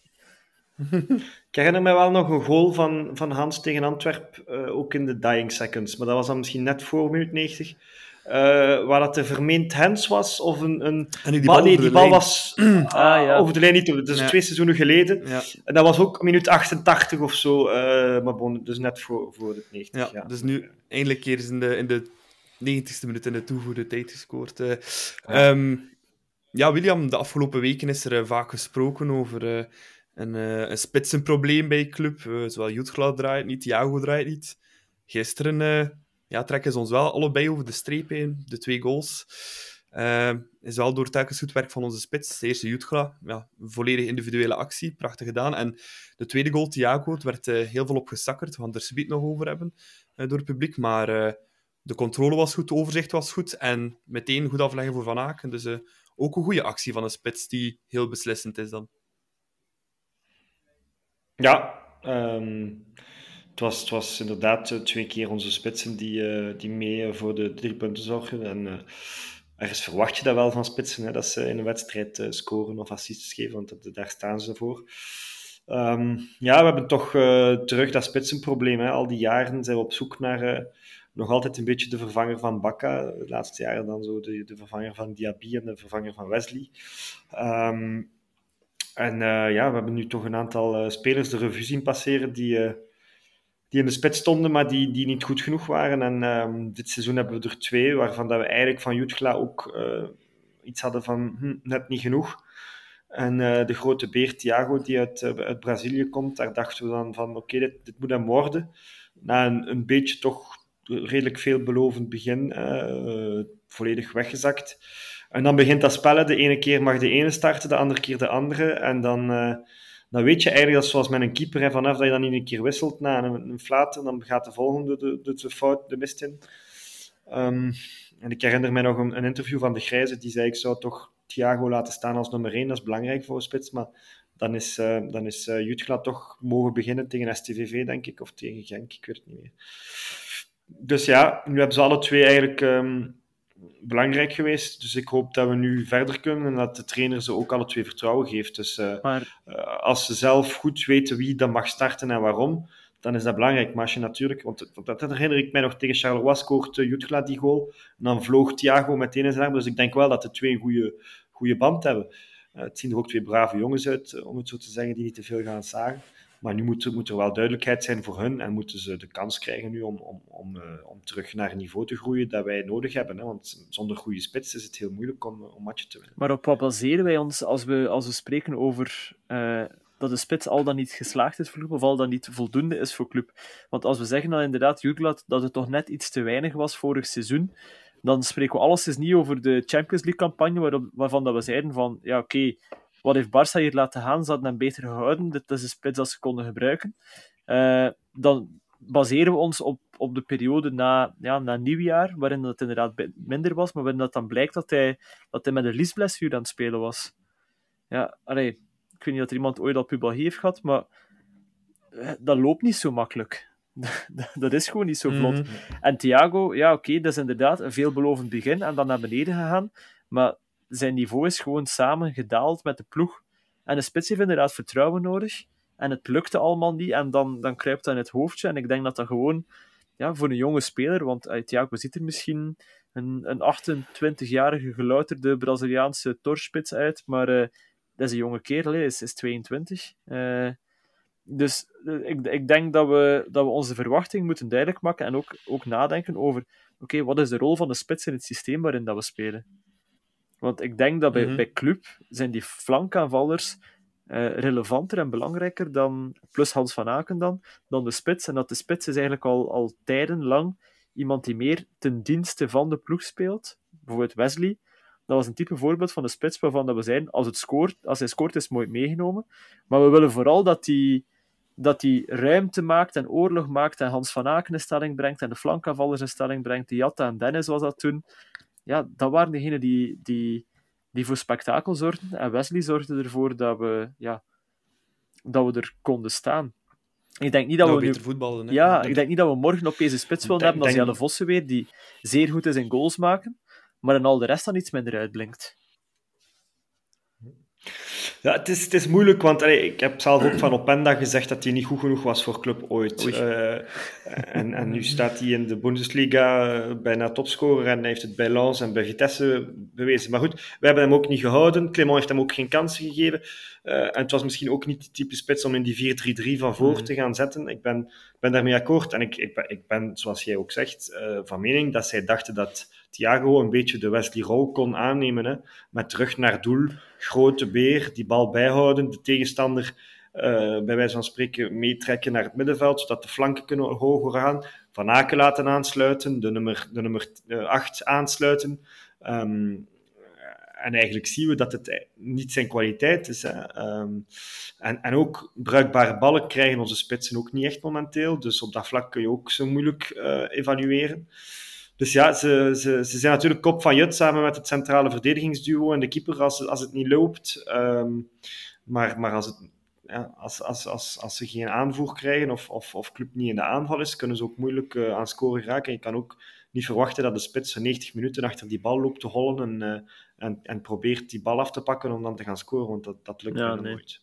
Ik herinner mij wel nog een goal van, van Hans tegen Antwerp, uh, ook in de dying seconds. Maar dat was dan misschien net voor minuut negentig. Uh, waar dat de vermeend hands was, of een... een... En die bal, nee, die bal was ah, ja. over de lijn niet. Dat is ja. twee seizoenen geleden. Ja. En dat was ook minuut achtentachtig of zo. Uh, maar bon, dus net voor, voor het negentig. Ja, ja. Dus nu eindelijk keer is in de, in de negentigste minuut in de toegevoegde tijd gescoord. Uh, ja. Um, ja, William, de afgelopen weken is er uh, vaak gesproken over... Uh, Een, uh, een spitsenprobleem bij de club. Uh, zowel Jutgla draait niet, Thiago draait niet. Gisteren uh, ja, trekken ze ons wel allebei over de streep heen. De twee goals. Uh, is wel door telkens goed werk van onze spits. De eerste Jutgla, ja, volledig individuele actie. Prachtig gedaan. En de tweede goal, Thiago, het werd uh, heel veel op gesakkerd. We gaan er subiet nog over hebben uh, door het publiek. Maar uh, de controle was goed, de overzicht was goed. En meteen goed afleggen voor Van Aken. Dus uh, ook een goede actie van een spits die heel beslissend is dan. Ja, um, het, was, het was inderdaad uh, twee keer onze spitsen die, uh, die mee uh, voor de drie punten zorgen. En uh, ergens verwacht je dat wel van spitsen, hè, dat ze in een wedstrijd uh, scoren of assists geven, want dat, daar staan ze voor. Um, ja, we hebben toch uh, terug dat spitsenprobleem. Hè. Al die jaren zijn we op zoek naar uh, nog altijd een beetje de vervanger van Bakka. De laatste jaren dan zo de, de vervanger van Diaby en de vervanger van Wesley. Um, En uh, ja, we hebben nu toch een aantal uh, spelers de revue zien passeren die, uh, die in de spits stonden, maar die, die niet goed genoeg waren. En um, dit seizoen hebben we er twee, waarvan dat we eigenlijk van Jutgla ook uh, iets hadden van hm, net niet genoeg. En uh, de grote beer Thiago, die uit, uh, uit Brazilië komt, daar dachten we dan van oké, okay, dit, dit moet hem worden. Na een, een beetje toch redelijk veelbelovend begin, uh, volledig weggezakt. En dan begint dat spellen. De ene keer mag de ene starten, de andere keer de andere. En dan, uh, dan weet je eigenlijk, dat zoals met een keeper, hè, vanaf dat je dan niet een keer wisselt na een, een flater, dan gaat de volgende de, de, de fout, de mist in. Um, en ik herinner mij nog een, een interview van De Grijze, die zei, ik zou toch Thiago laten staan als nummer één, dat is belangrijk voor een spits, maar dan is, uh, dan is uh, Jutgla toch mogen beginnen tegen S T V V, denk ik, of tegen Genk, ik weet het niet meer. Dus ja, nu hebben ze alle twee eigenlijk um, belangrijk geweest, dus ik hoop dat we nu verder kunnen en dat de trainer ze ook alle twee vertrouwen geeft. Dus uh, maar... uh, als ze zelf goed weten wie dan mag starten en waarom, dan is dat belangrijk. Maar als je natuurlijk, want dat herinner ik mij nog, tegen Charleroi scoort uh, Jutgla die goal, en dan vloog Thiago meteen in zijn arm, dus ik denk wel dat de twee een goede, goede band hebben. Uh, het zien er ook twee brave jongens uit, uh, om het zo te zeggen, die niet te veel gaan zagen. Maar nu moet, moet er wel duidelijkheid zijn voor hun en moeten ze de kans krijgen nu om, om, om, uh, om terug naar een niveau te groeien dat wij nodig hebben. Hè? Want zonder goede spits is het heel moeilijk om, om matchen te winnen. Maar op wat baseren wij ons als we, als we spreken over uh, dat de spits al dan niet geslaagd is voor club of al dan niet voldoende is voor club? Want als we zeggen dan inderdaad, Jutgla, dat het toch net iets te weinig was vorig seizoen, dan spreken we alleszins niet over de Champions League-campagne waarop, waarvan dat we zeiden van, ja oké, okay, wat heeft Barça hier laten gaan? Ze hadden hem beter gehouden. Dit is een spits dat ze konden gebruiken. Uh, dan baseren we ons op, op de periode na, ja, na nieuwjaar, waarin het inderdaad minder was, maar waarin dat dan blijkt dat hij, dat hij met een liesblessure aan het spelen was. Ja, allee, ik weet niet dat er iemand ooit al pubalgie heeft gehad, maar dat loopt niet zo makkelijk. Dat is gewoon niet zo vlot. Mm-hmm. En Thiago, ja oké, okay, dat is inderdaad een veelbelovend begin en dan naar beneden gegaan, maar zijn niveau is gewoon samen gedaald met de ploeg. En de spits heeft inderdaad vertrouwen nodig. En het lukte allemaal niet. En dan, dan kruipt dat in het hoofdje. En ik denk dat dat gewoon, ja, voor een jonge speler, want uh, Thiago ziet er misschien een, een achtentwintigjarige gelouterde Braziliaanse torspits uit. Maar uh, dat is een jonge kerel, hij is, is tweeëntwintig. Uh, dus uh, ik, ik denk dat we, dat we onze verwachting moeten duidelijk maken. En ook, ook nadenken over, oké, okay, wat is de rol van de spits in het systeem waarin dat we spelen? Want ik denk dat bij, mm-hmm. bij club zijn die flankaanvallers uh, relevanter en belangrijker dan, plus Hans van Aken dan, dan de spits. En dat de spits is eigenlijk al, al tijdenlang iemand die meer ten dienste van de ploeg speelt. Bijvoorbeeld Wesley. Dat was een type voorbeeld van de spits waarvan dat we zijn, als, het scoort, als hij scoort is het mooi meegenomen. Maar we willen vooral dat hij dat hij ruimte maakt en oorlog maakt en Hans van Aken in stelling brengt en de flankaanvallers in stelling brengt. Diatta en Dennis was dat toen. Ja, dat waren degenen die, die, die voor spektakel zorgden. En Wesley zorgde ervoor dat we, ja, dat we er konden staan. Ik denk niet dat nou, we beter nu... voetballen. Hè? Ja, ik denk niet dat we morgen opeens een spits willen hebben als denk... Jelle Vossen weer, die zeer goed is in goals maken, maar in al de rest dan iets minder uitblinkt. Ja, het is, het is moeilijk, want allee, ik heb zelf ook van Openda gezegd dat hij niet goed genoeg was voor club ooit. Uh, en, en nu staat hij in de Bundesliga bijna topscorer en hij heeft het bij Lens en bij Vitesse bewezen. Maar goed, we hebben hem ook niet gehouden. Clément heeft hem ook geen kansen gegeven. Uh, en het was misschien ook niet de type spits om in die vier drie drie van voor te gaan zetten. Ik ben, ben daarmee akkoord. En ik, ik, ben, ik ben, zoals jij ook zegt, uh, van mening dat zij dachten dat Thiago een beetje de Wesley-rol kon aannemen. Hè, met terug naar doel, grote beer, die bal bijhouden, de tegenstander uh, bij wijze van spreken meetrekken naar het middenveld, zodat de flanken kunnen hoger gaan. Van Aken laten aansluiten, de nummer, de nummer acht aansluiten. Um, En eigenlijk zien we dat het niet zijn kwaliteit is. Hè. Um, en, en ook bruikbare ballen krijgen onze spitsen ook niet echt momenteel. Dus op dat vlak kun je ook zo moeilijk uh, evalueren. Dus ja, ze, ze, ze zijn natuurlijk kop van Jut samen met het centrale verdedigingsduo en de keeper als, als het niet loopt. Um, maar maar als, het, ja, als, als, als, als ze geen aanvoer krijgen of, of, of club niet in de aanval is, kunnen ze ook moeilijk uh, aan scoren geraken. Je kan ook niet verwachten dat de spits negentig minuten achter die bal loopt te hollen en, uh, en, en probeert die bal af te pakken om dan te gaan scoren, want dat, dat lukt ja, bijna nee. nooit.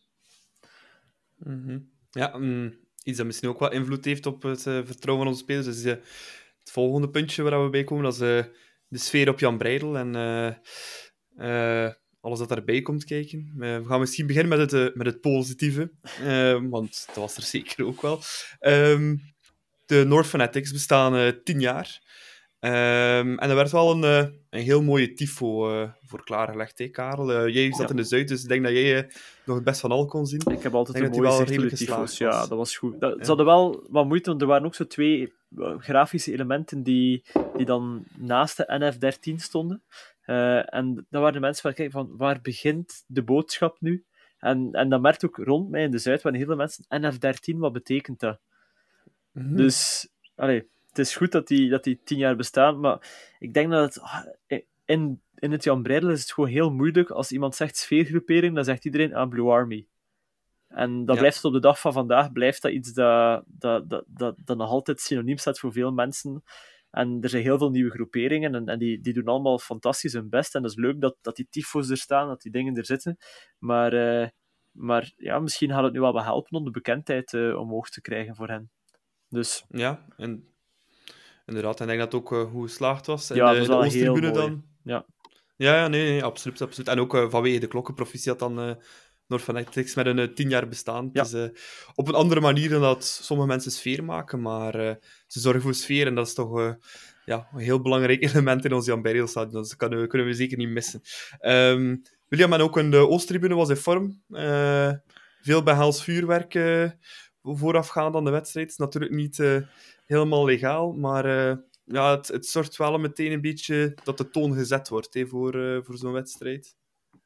Mm-hmm. Ja, um, iets dat misschien ook wel invloed heeft op het uh, vertrouwen van onze spelers, is uh, het volgende puntje waar we bij komen, dat is uh, de sfeer op Jan Breidel en uh, uh, alles dat daarbij komt kijken. Uh, we gaan misschien beginnen met het, uh, met het positieve, uh, want dat was er zeker ook wel. Um, de North Fanatics bestaan uh, tien jaar. Um, en er werd wel een, uh, een heel mooie tifo uh, voor klaargelegd, hè, Karel? Uh, jij zat ja. in de Zuid, dus ik denk dat jij uh, nog het best van al kon zien. Ik heb altijd een mooie zicht op de tifo's. Ja, dat was goed. Dat, ja. Ze hadden wel wat moeite, want er waren ook zo twee uh, grafische elementen die, die dan naast de N F dertien stonden. Uh, en dan waren de mensen van, kijk, van waar begint de boodschap nu? En, en dat merkt ook rond mij in de Zuid, waar heel veel mensen, N F dertien, wat betekent dat? Mhm. Dus, allee, het is goed dat die, dat die tien jaar bestaan, maar ik denk dat het, in, in het Jan Breidel is het gewoon heel moeilijk. Als iemand zegt sfeergroepering, dan zegt iedereen aan Blue Army. En dat Ja. blijft op de dag van vandaag blijft dat iets dat, dat, dat, dat, dat nog altijd synoniem staat voor veel mensen. En er zijn heel veel nieuwe groeperingen en, en die, die doen allemaal fantastisch hun best. En dat is leuk dat, dat die tyfo's er staan, dat die dingen er zitten. Maar, uh, maar ja, misschien gaat het nu wel wat helpen om de bekendheid uh, omhoog te krijgen voor hen. Dus. Ja, en inderdaad, en ik denk dat het ook uh, goed geslaagd was. En ja, de, dat de was Oosttribune dan. Ja, ja, ja nee, nee, absoluut, absoluut. En ook uh, vanwege de klokkenproficiat dan uh, North Fanatics met een uh, tien jaar bestaan. Ja. Dus uh, op een andere manier dan dat sommige mensen sfeer maken, maar uh, ze zorgen voor sfeer en dat is toch uh, ja, een heel belangrijk element in ons Jan Breidel stadion. Dus dat kunnen we, kunnen we zeker niet missen. Um, William, en ook in de Oosttribune was in vorm. Uh, veel Bengaals vuurwerk uh, voorafgaand aan de wedstrijd. Het is natuurlijk niet uh, helemaal legaal, maar uh, ja, het, het zorgt wel meteen een beetje dat de toon gezet wordt hè, voor, uh, voor zo'n wedstrijd.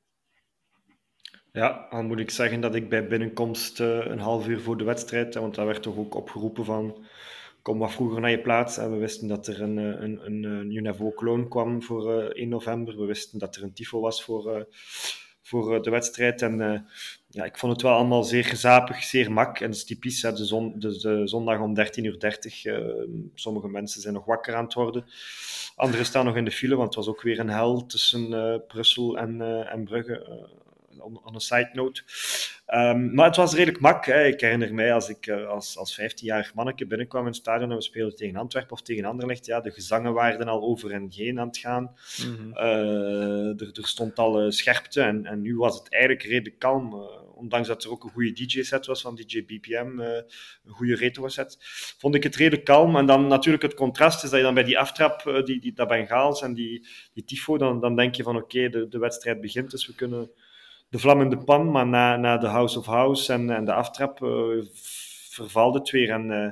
Ja, dan moet ik zeggen dat ik bij binnenkomst uh, een half uur voor de wedstrijd, want daar werd toch ook opgeroepen van kom wat vroeger naar je plaats. En we wisten dat er een, een, een, een Unavo-kloon kwam voor uh, één november. We wisten dat er een tifo was voor, uh, voor uh, de wedstrijd. En uh, ja, ik vond het wel allemaal zeer gezapig, zeer mak. En dat is typisch, hè, de, zon, de, de zondag om dertien uur dertig. Uh, sommige mensen zijn nog wakker aan het worden. Anderen staan nog in de file, want het was ook weer een hel tussen uh, Brussel en, uh, en Brugge. Uh, on een side note. Um, maar het was redelijk mak. Hè. Ik herinner mij als ik uh, als, als vijftienjarig manneke binnenkwam in het stadion en we speelden tegen Antwerpen of tegen Anderlecht. Ja, de gezangen waren al over en heen aan het gaan. Mm-hmm. Uh, er, er stond al uh, scherpte en, en nu was het eigenlijk redelijk kalm. Uh, ondanks dat er ook een goede D J-set was van D J B P M, uh, een goede retro-set, vond ik het redelijk kalm. En dan natuurlijk het contrast is dat je dan bij die aftrap, uh, die, die, dat Bengaals en die, die tifo, dan, dan denk je van oké, okay, de, de wedstrijd begint, dus we kunnen de vlam in de pan, maar na, na de House of House en, en de aftrap uh, vervalt het weer. En uh,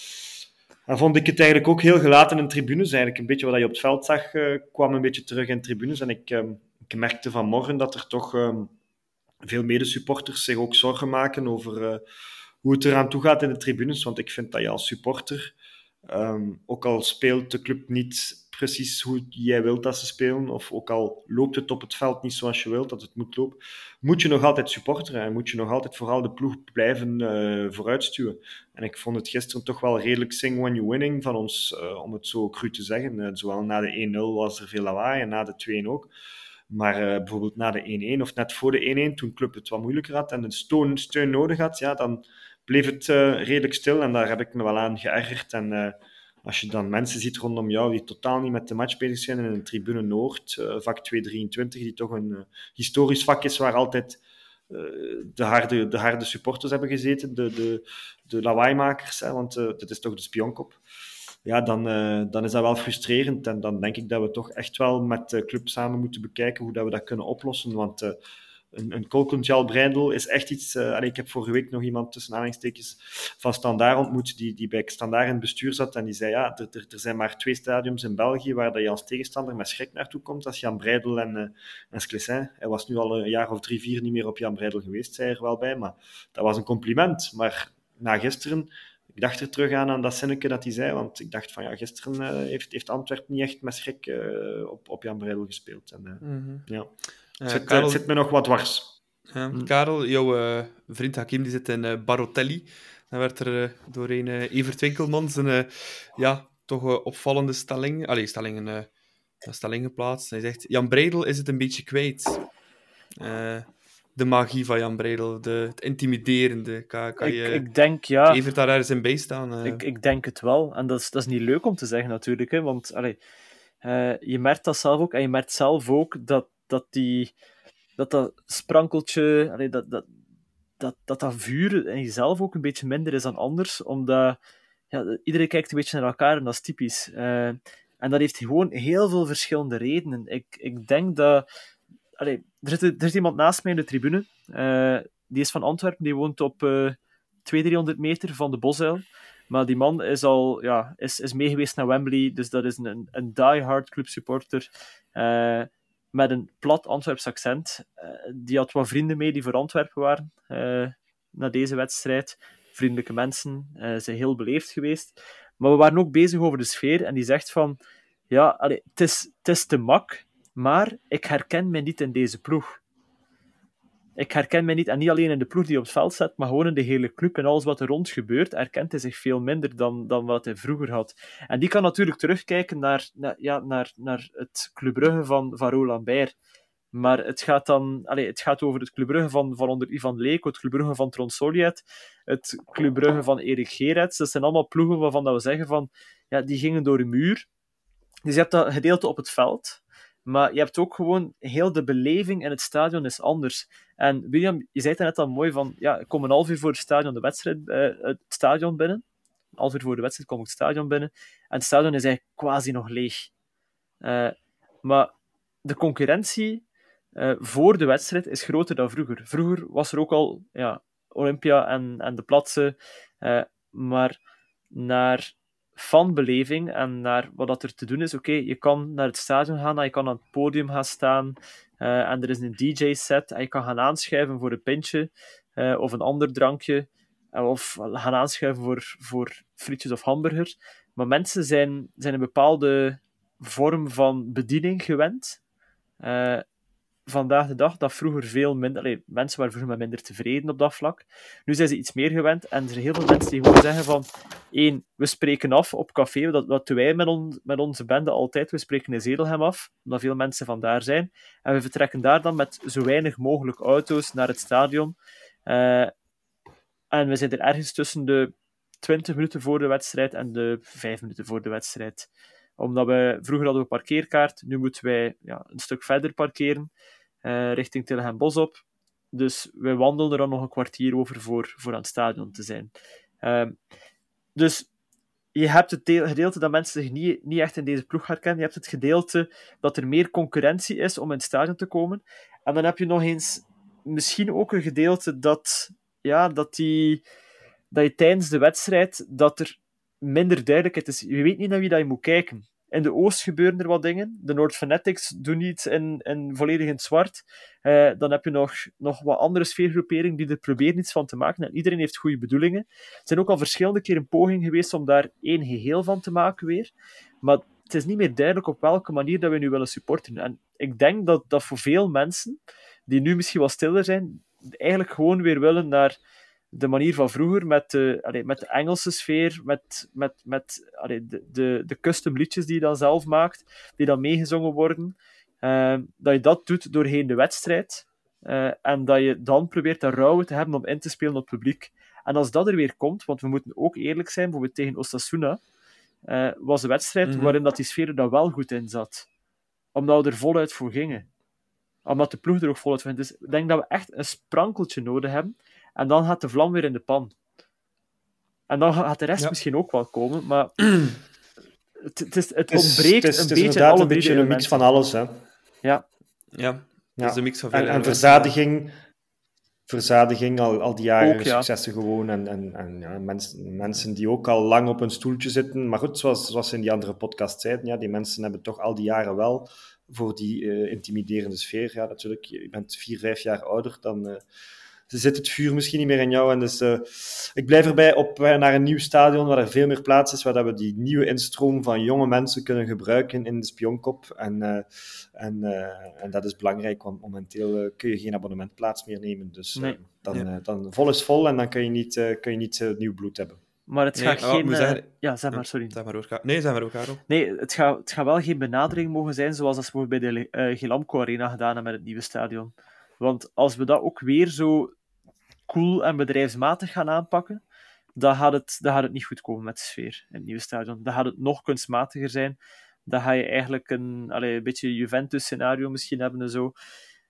dan vond ik het eigenlijk ook heel gelaten in tribunes. Eigenlijk een beetje wat je op het veld zag, uh, kwam een beetje terug in tribunes. En ik, um, ik merkte vanmorgen dat er toch um, veel medesupporters zich ook zorgen maken over uh, hoe het eraan toe gaat in de tribunes. Want ik vind dat je als supporter, um, ook al speelt de club niet precies hoe jij wilt dat ze spelen, of ook al loopt het op het veld niet zoals je wilt dat het moet lopen, moet je nog altijd supporteren en moet je nog altijd vooral de ploeg blijven uh, vooruitstuwen. En ik vond het gisteren toch wel redelijk sing when you're winning van ons, uh, om het zo cru te zeggen. Uh, zowel na de één nul was er veel lawaai en na de twee een ook. Maar uh, bijvoorbeeld na de één een of net voor de één een, toen de club het wat moeilijker had en de steun, steun nodig had, ja, dan bleef het uh, redelijk stil en daar heb ik me wel aan geërgerd. En uh, als je dan mensen ziet rondom jou die totaal niet met de match bezig zijn in een tribune Noord, uh, vak tweehonderddrieëntwintig, die toch een uh, historisch vak is waar altijd uh, de, harde, de harde supporters hebben gezeten, de, de, de lawaaimakers, hè, want uh, dit is toch de spionkop. Ja, dan, uh, dan is dat wel frustrerend en dan denk ik dat we toch echt wel met de club samen moeten bekijken hoe dat we dat kunnen oplossen, want uh, een, een kolkend Jan Breidel is echt iets... Uh, allee, ik heb vorige week nog iemand tussen aanhalingstekens van Standaard ontmoet, die, die bij Standaard in het bestuur zat en die zei, ja, er, er, er zijn maar twee stadiums in België waar dat je als tegenstander met schrik naartoe komt, dat is Jan Breidel en, uh, en Sclessin. Hij was nu al een jaar of drie, vier niet meer op Jan Breidel geweest, zei er wel bij, maar dat was een compliment. Maar na gisteren... Ik dacht er terug aan aan dat zinnetje dat hij zei, want ik dacht van ja, gisteren uh, heeft, heeft Antwerpen niet echt met schrik uh, op, op Jan Breidel gespeeld. En, uh, mm-hmm. ja. Uh, het, zit, Karel, het zit me nog wat dwars. Ja, Karel, jouw uh, vriend Hakim die zit in uh, Barotelli. Dan werd er uh, door een uh, Evert Winkelmans een uh, ja, toch uh, opvallende stelling, allee, stelling, uh, een stelling geplaatst. Hij zegt, Jan Breidel is het een beetje kwijt. Uh, de magie van Jan Breidel, de, het intimiderende. Kan, kan ik, je ik denk, ja... Evert daar ergens in bijstaan? Uh... Ik, ik denk het wel. En dat is, dat is niet leuk om te zeggen natuurlijk, hè, want allee, uh, je merkt dat zelf ook, en je merkt zelf ook dat dat, die, dat, dat sprankeltje, allee, dat, dat, dat, dat dat vuur in jezelf ook een beetje minder is dan anders, omdat ja, iedereen kijkt een beetje naar elkaar en dat is typisch. Uh, en dat heeft gewoon heel veel verschillende redenen. Ik, ik denk dat... Allee, er, zit, er zit iemand naast mij in de tribune. Uh, die is van Antwerpen, die woont op uh, tweehonderd, driehonderd meter van de Bosuil. Maar die man is al ja, is, is meegeweest naar Wembley, dus dat is een, een die-hard clubsupporter. Uh, met een plat Antwerps accent. Uh, die had wat vrienden mee die voor Antwerpen waren uh, na deze wedstrijd. Vriendelijke mensen, uh, ze zijn heel beleefd geweest. Maar we waren ook bezig over de sfeer en die zegt van ja, allee, het is, het is te mak, maar ik herken mij niet in deze ploeg. Ik herken mij niet, en niet alleen in de ploeg die op het veld staat, maar gewoon in de hele club en alles wat er rond gebeurt, herkent hij zich veel minder dan, dan wat hij vroeger had. En die kan natuurlijk terugkijken naar, naar, ja, naar, naar het Club Brugge van, van Roland Beir. Maar het gaat dan, allez, het gaat over het Club Brugge van, van onder Ivan Leeko, het Club Brugge van Tron Solliet, het Club Brugge van Erik Gerrits. Dat zijn allemaal ploegen waarvan dat we zeggen van, ja, die gingen door een muur. Dus je hebt dat gedeelte op het veld, maar je hebt ook gewoon heel de beleving in het stadion is anders. En William, je zei het net al mooi van, ja, ik kom een half uur voor het stadion, de wedstrijd, uh, het stadion binnen. Een half uur voor de wedstrijd kom ik het stadion binnen. En het stadion is eigenlijk quasi nog leeg. Uh, maar de concurrentie uh, voor de wedstrijd is groter dan vroeger. Vroeger was er ook al ja, Olympia en, en de Platse, uh, maar naar fanbeleving en naar wat dat er te doen is. Oké, okay, je kan naar het stadion gaan, je kan aan het podium gaan staan uh, en er is een D J-set en je kan gaan aanschuiven voor een pintje uh, of een ander drankje uh, of gaan aanschuiven voor, voor frietjes of hamburgers. Maar mensen zijn, zijn een bepaalde vorm van bediening gewend. Uh, vandaag de dag, dat vroeger veel minder... Allee, mensen waren vroeger minder tevreden op dat vlak. Nu zijn ze iets meer gewend en er zijn heel veel mensen die gewoon zeggen van één, we spreken af op café, dat, dat doen wij met, on, met onze bende altijd, we spreken in Zedelhem af, omdat veel mensen van daar zijn. En we vertrekken daar dan met zo weinig mogelijk auto's naar het stadion. Uh, en we zijn er ergens tussen de twintig minuten voor de wedstrijd en de vijf minuten voor de wedstrijd. Omdat we, vroeger hadden we parkeerkaart, nu moeten wij ja, een stuk verder parkeren, uh, richting Tillegem Bos op. Dus wij wandelen er dan nog een kwartier over voor, voor aan het stadion te zijn. Uh, dus je hebt het deel, gedeelte dat mensen zich niet, niet echt in deze ploeg herkennen. Je hebt het gedeelte dat er meer concurrentie is om in het stadion te komen. En dan heb je nog eens misschien ook een gedeelte dat, ja, dat, die, dat je tijdens de wedstrijd dat er minder duidelijkheid is. Je weet niet naar wie dat je moet kijken. In de Oost gebeuren er wat dingen. De Noord Fanatics doen iets in, in volledig in het zwart. Uh, dan heb je nog, nog wat andere sfeergroeperingen die er proberen iets van te maken. En iedereen heeft goede bedoelingen. Er zijn ook al verschillende keer een poging geweest om daar één geheel van te maken weer. Maar het is niet meer duidelijk op welke manier dat we nu willen supporten. En ik denk dat, dat voor veel mensen, die nu misschien wat stiller zijn, eigenlijk gewoon weer willen naar de manier van vroeger, met de, allee, met de Engelse sfeer, met, met, met allee, de, de, de custom liedjes die je dan zelf maakt, die dan meegezongen worden, uh, dat je dat doet doorheen de wedstrijd, uh, en dat je dan probeert dat rauwe te hebben om in te spelen op het publiek. En als dat er weer komt, want we moeten ook eerlijk zijn, bijvoorbeeld tegen Osasuna, uh, was een wedstrijd mm-hmm. waarin dat die sfeer er dan wel goed in zat. Omdat we er voluit voor gingen. Omdat de ploeg er ook voluit voor ging. Dus ik denk dat we echt een sprankeltje nodig hebben. En dan gaat de vlam weer in de pan. En dan gaat de rest ja. misschien ook wel komen, maar het, het, is, het ontbreekt het is, het is, een beetje alle een beetje een mix van alles. Hè? Ja. Ja, het is een mix van veel en, en verzadiging, verzadiging al, al die jaren ook, successen ja. gewoon. En, en, en ja, mensen, mensen die ook al lang op een stoeltje zitten. Maar goed, zoals, zoals in die andere podcast zeiden, ja, die mensen hebben toch al die jaren wel voor die uh, intimiderende sfeer. Ja, natuurlijk, je bent vier, vijf jaar ouder dan... Uh, Ze zit het vuur misschien niet meer in jou. En dus, uh, ik blijf erbij op naar een nieuw stadion waar er veel meer plaats is, waar dat we die nieuwe instroom van jonge mensen kunnen gebruiken in de Spionkop. En, uh, en, uh, en dat is belangrijk, want momenteel uh, kun je geen abonnementplaats meer nemen. Dus uh, nee. dan, ja. uh, dan vol is vol en dan kun je niet, uh, kun je niet uh, nieuw bloed hebben. Maar het gaat nee, geen... Oh, zeggen... Ja, zeg maar, sorry. Zeg maar ook, nee, zeg maar ook, Karel. Nee, het gaat, het gaat wel geen benadering mogen zijn zoals als we bij de uh, Gilamco Arena gedaan hebben met het nieuwe stadion. Want als we dat ook weer zo cool en bedrijfsmatig gaan aanpakken, dan gaat het, dan gaat het niet goed komen met de sfeer in het nieuwe stadion. Dan gaat het nog kunstmatiger zijn. Dan ga je eigenlijk een, allez, een beetje Juventus-scenario misschien hebben en zo.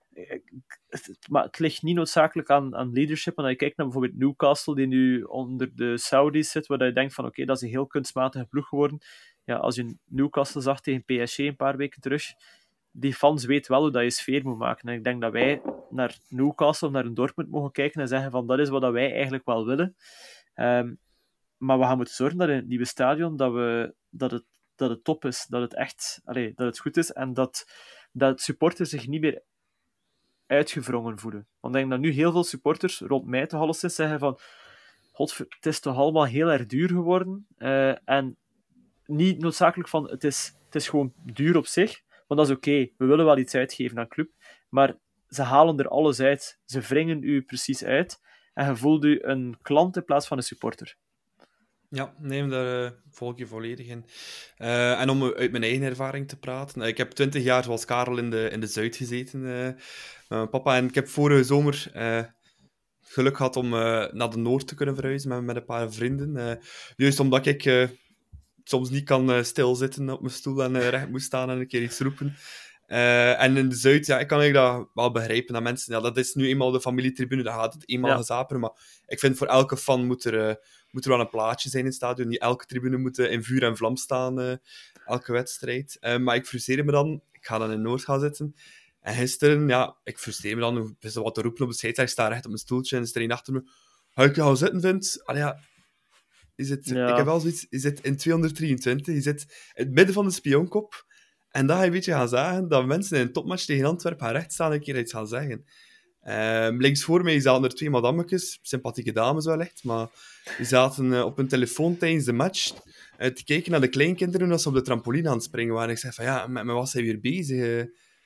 Maar het ligt niet noodzakelijk aan, aan leadership. Want als je kijkt naar bijvoorbeeld Newcastle, die nu onder de Saudis zit, waar je denkt van, oké, okay, dat is een heel kunstmatige ploeg geworden. Ja, als je Newcastle zag tegen P S G een paar weken terug, die fans weten wel hoe dat je sfeer moet maken. En ik denk dat wij naar Newcastle of naar een Dortmund mogen kijken en zeggen van dat is wat wij eigenlijk wel willen. Um, maar we gaan moeten zorgen dat in het nieuwe stadion dat, we, dat, het, dat het top is. Dat het echt allee, dat het goed is. En dat dat supporters zich niet meer uitgewrongen voelen. Want ik denk dat nu heel veel supporters, rond mij toch alleszins, zeggen van God, het is toch allemaal heel erg duur geworden. Uh, en niet noodzakelijk van, het is, het is gewoon duur op zich, want dat is oké. Okay. We willen wel iets uitgeven aan club, maar ze halen er alles uit. Ze wringen u precies uit en je voelt u een klant in plaats van een supporter. Ja, nee, daar uh, volg je volledig in. Uh, en om uit mijn eigen ervaring te praten. Uh, ik heb twintig jaar, zoals Karel, in de, in de Zuid gezeten uh, met mijn papa. En ik heb vorige zomer uh, geluk gehad om uh, naar de Noord te kunnen verhuizen met, met een paar vrienden. Uh, juist omdat ik uh, soms niet kan uh, stilzitten op mijn stoel en uh, recht moet staan en een keer iets roepen. Uh, en in de Zuid, ja, ik kan ik dat wel begrijpen. Dat mensen, ja, dat is nu eenmaal de familietribune, dat gaat het eenmaal ja. gezaperen. Maar ik vind voor elke fan moet er... Uh, moet er wel een plaatje zijn in het stadion. Niet elke tribune moet in vuur en vlam staan, uh, elke wedstrijd. Uh, maar ik frustreer me dan. Ik ga dan in Noord gaan zitten. En gisteren, ja, ik frustreer me dan. Er is wat te roepen op de scheidsrechter. Ik sta recht op mijn stoeltje en is er een achter me. Ga ik gaan zitten, vindt? Allee, ja. Is het, ja. Ik heb wel zoiets... Je zit in tweehonderddrieëntwintig. Je zit in het midden van de spionkop. En dan ga je een beetje gaan zeggen dat mensen in een topmatch tegen Antwerpen gaan rechtstaan en een keer iets gaan zeggen. Uh, links voor mij zaten er twee madammetjes, sympathieke dames wellicht, maar die zaten uh, op hun telefoon tijdens de match uh, te kijken naar de kleinkinderen als ze op de trampoline aan het springen waren. En ik zei van ja, met, met wat zijn we weer bezig? Uh,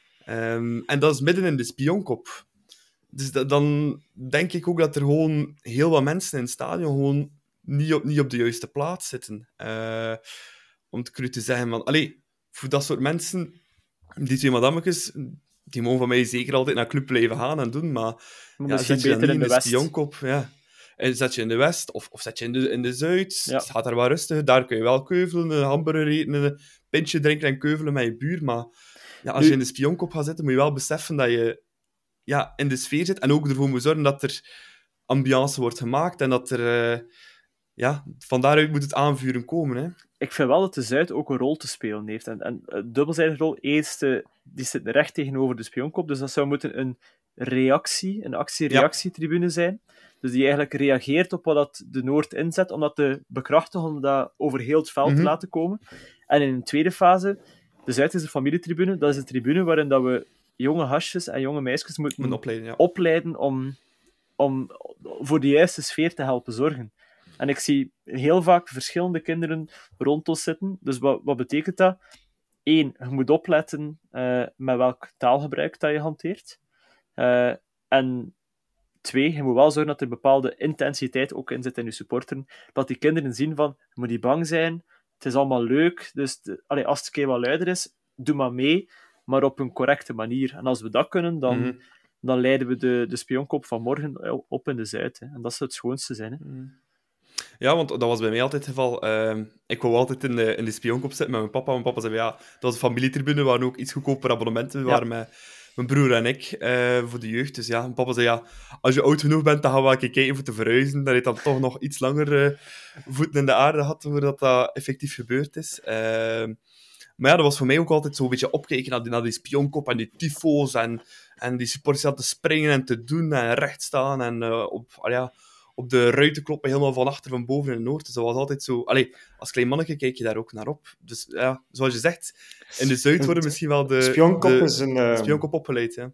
um, en dat is midden in de spionkop. Dus da- dan denk ik ook dat er gewoon heel wat mensen in het stadion gewoon niet op, niet op de juiste plaats zitten. Uh, om het cru te zeggen, man. Allee, voor dat soort mensen, die twee madammetjes... Die mogen van mij zeker altijd naar club blijven gaan en doen, maar ja, zet je dan niet in de, de spionkop, ja. En zet je in de West of, of zet je in de, in de Zuid, ja. Het gaat daar wel rustig, daar kun je wel keuvelen, een hamburger eten, een pintje drinken en keuvelen met je buur, maar ja, als nu... je in de spionkop gaat zitten, moet je wel beseffen dat je ja, in de sfeer zit en ook ervoor moet zorgen dat er ambiance wordt gemaakt en dat er... Uh, ja, van daaruit moet het aanvuren komen, hè. Ik vind wel dat de Zuid ook een rol te spelen heeft. En, en een dubbelzijdige rol. Eerste, die zit recht tegenover de spionkop. Dus dat zou moeten een reactie, een actie-reactietribune zijn. Dus die eigenlijk reageert op wat dat de Noord inzet, om dat te bekrachtigen, om dat over heel het veld mm-hmm. te laten komen. En in een tweede fase, de Zuid is de familietribune. Dat is een tribune waarin dat we jonge hasjes en jonge meisjes moeten Moet opleiden, ja. opleiden om, om voor de juiste sfeer te helpen zorgen. En ik zie heel vaak verschillende kinderen rond ons zitten. Dus wat, wat betekent dat? Eén, je moet opletten uh, met welk taalgebruik dat je hanteert. Uh, en twee, je moet wel zorgen dat er een bepaalde intensiteit ook in zit in je supporteren. Dat die kinderen zien van, je moet niet bang zijn, het is allemaal leuk. Dus de, allee, als het een keer wat luider is, doe maar mee, maar op een correcte manier. En als we dat kunnen, dan... Mm-hmm. dan leiden we de, de spionkop van morgen op in de Zuid. Hè. En dat zou het schoonste zijn. Hè. Mm. Ja, want dat was bij mij altijd het geval. Uh, ik wou altijd in de, in de spionkop zitten met mijn papa. Mijn papa zei, ja, dat was een familietribune, waar ook iets goedkoper abonnementen ja. waren met mijn broer en ik uh, voor de jeugd. Dus ja, mijn papa zei, ja, als je oud genoeg bent, dan gaan we wel een keer kijken voor te verhuizen. Dat hij dan toch nog iets langer uh, voeten in de aarde had, voordat dat effectief gebeurd is. Uh, maar ja, dat was voor mij ook altijd zo'n beetje opkijken naar die, naar die spionkop en die tyfo's en, en die supporters aan te springen en te doen en recht staan en uh, op... Uh, ja, op de ruiten kloppen, helemaal van achter, van boven in het noord. Dus dat was altijd zo... Allee, als klein manneke kijk je daar ook naar op. Dus ja, zoals je zegt, in de Zuid worden misschien wel de... Spionkop de, is een... Uh... Spionkop opgeleid, ja.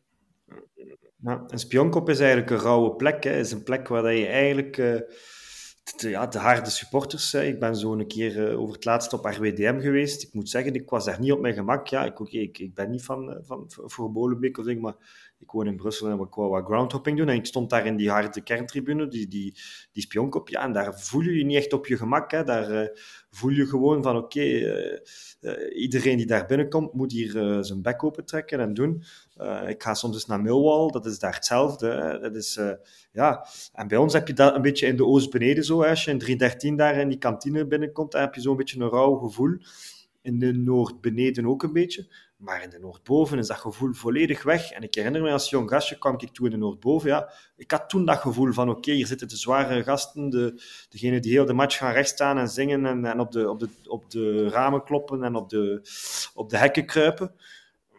ja. Een spionkop is eigenlijk een rauwe plek. Het is een plek waar je eigenlijk... Uh, de, ja, de harde supporters... Hè. Ik ben zo een keer uh, over het laatst op R W D M geweest. Ik moet zeggen, ik was daar niet op mijn gemak. Ja, ik, okay, ik, ik ben niet van, uh, van voor Molenbeek of ding, maar... Ik woon in Brussel en ik wou wat groundhopping doen. En ik stond daar in die harde kerntribune, die, die, die spionkop. Ja, en daar voel je je niet echt op je gemak. Hè. Daar uh, voel je gewoon van, oké, okay, uh, uh, iedereen die daar binnenkomt, moet hier uh, zijn bek open trekken en doen. Uh, ik ga soms eens naar Millwall, dat is daar hetzelfde. Hè. Dat is, uh, ja. En bij ons heb je dat een beetje in de Oost-Beneden zo. Hè. Als je in drie dertien daar in die kantine binnenkomt, dan heb je zo'n beetje een rauw gevoel. In de Noord-beneden ook een beetje. Maar in de Noordboven is dat gevoel volledig weg. En ik herinner me, als jong gastje kwam ik toen in de Noordboven. Ja, ik had toen dat gevoel van, oké, okay, hier zitten de zware gasten, de, degenen die heel de match gaan rechtstaan en zingen en, en op, de, op, de, op de ramen kloppen en op de, op de hekken kruipen.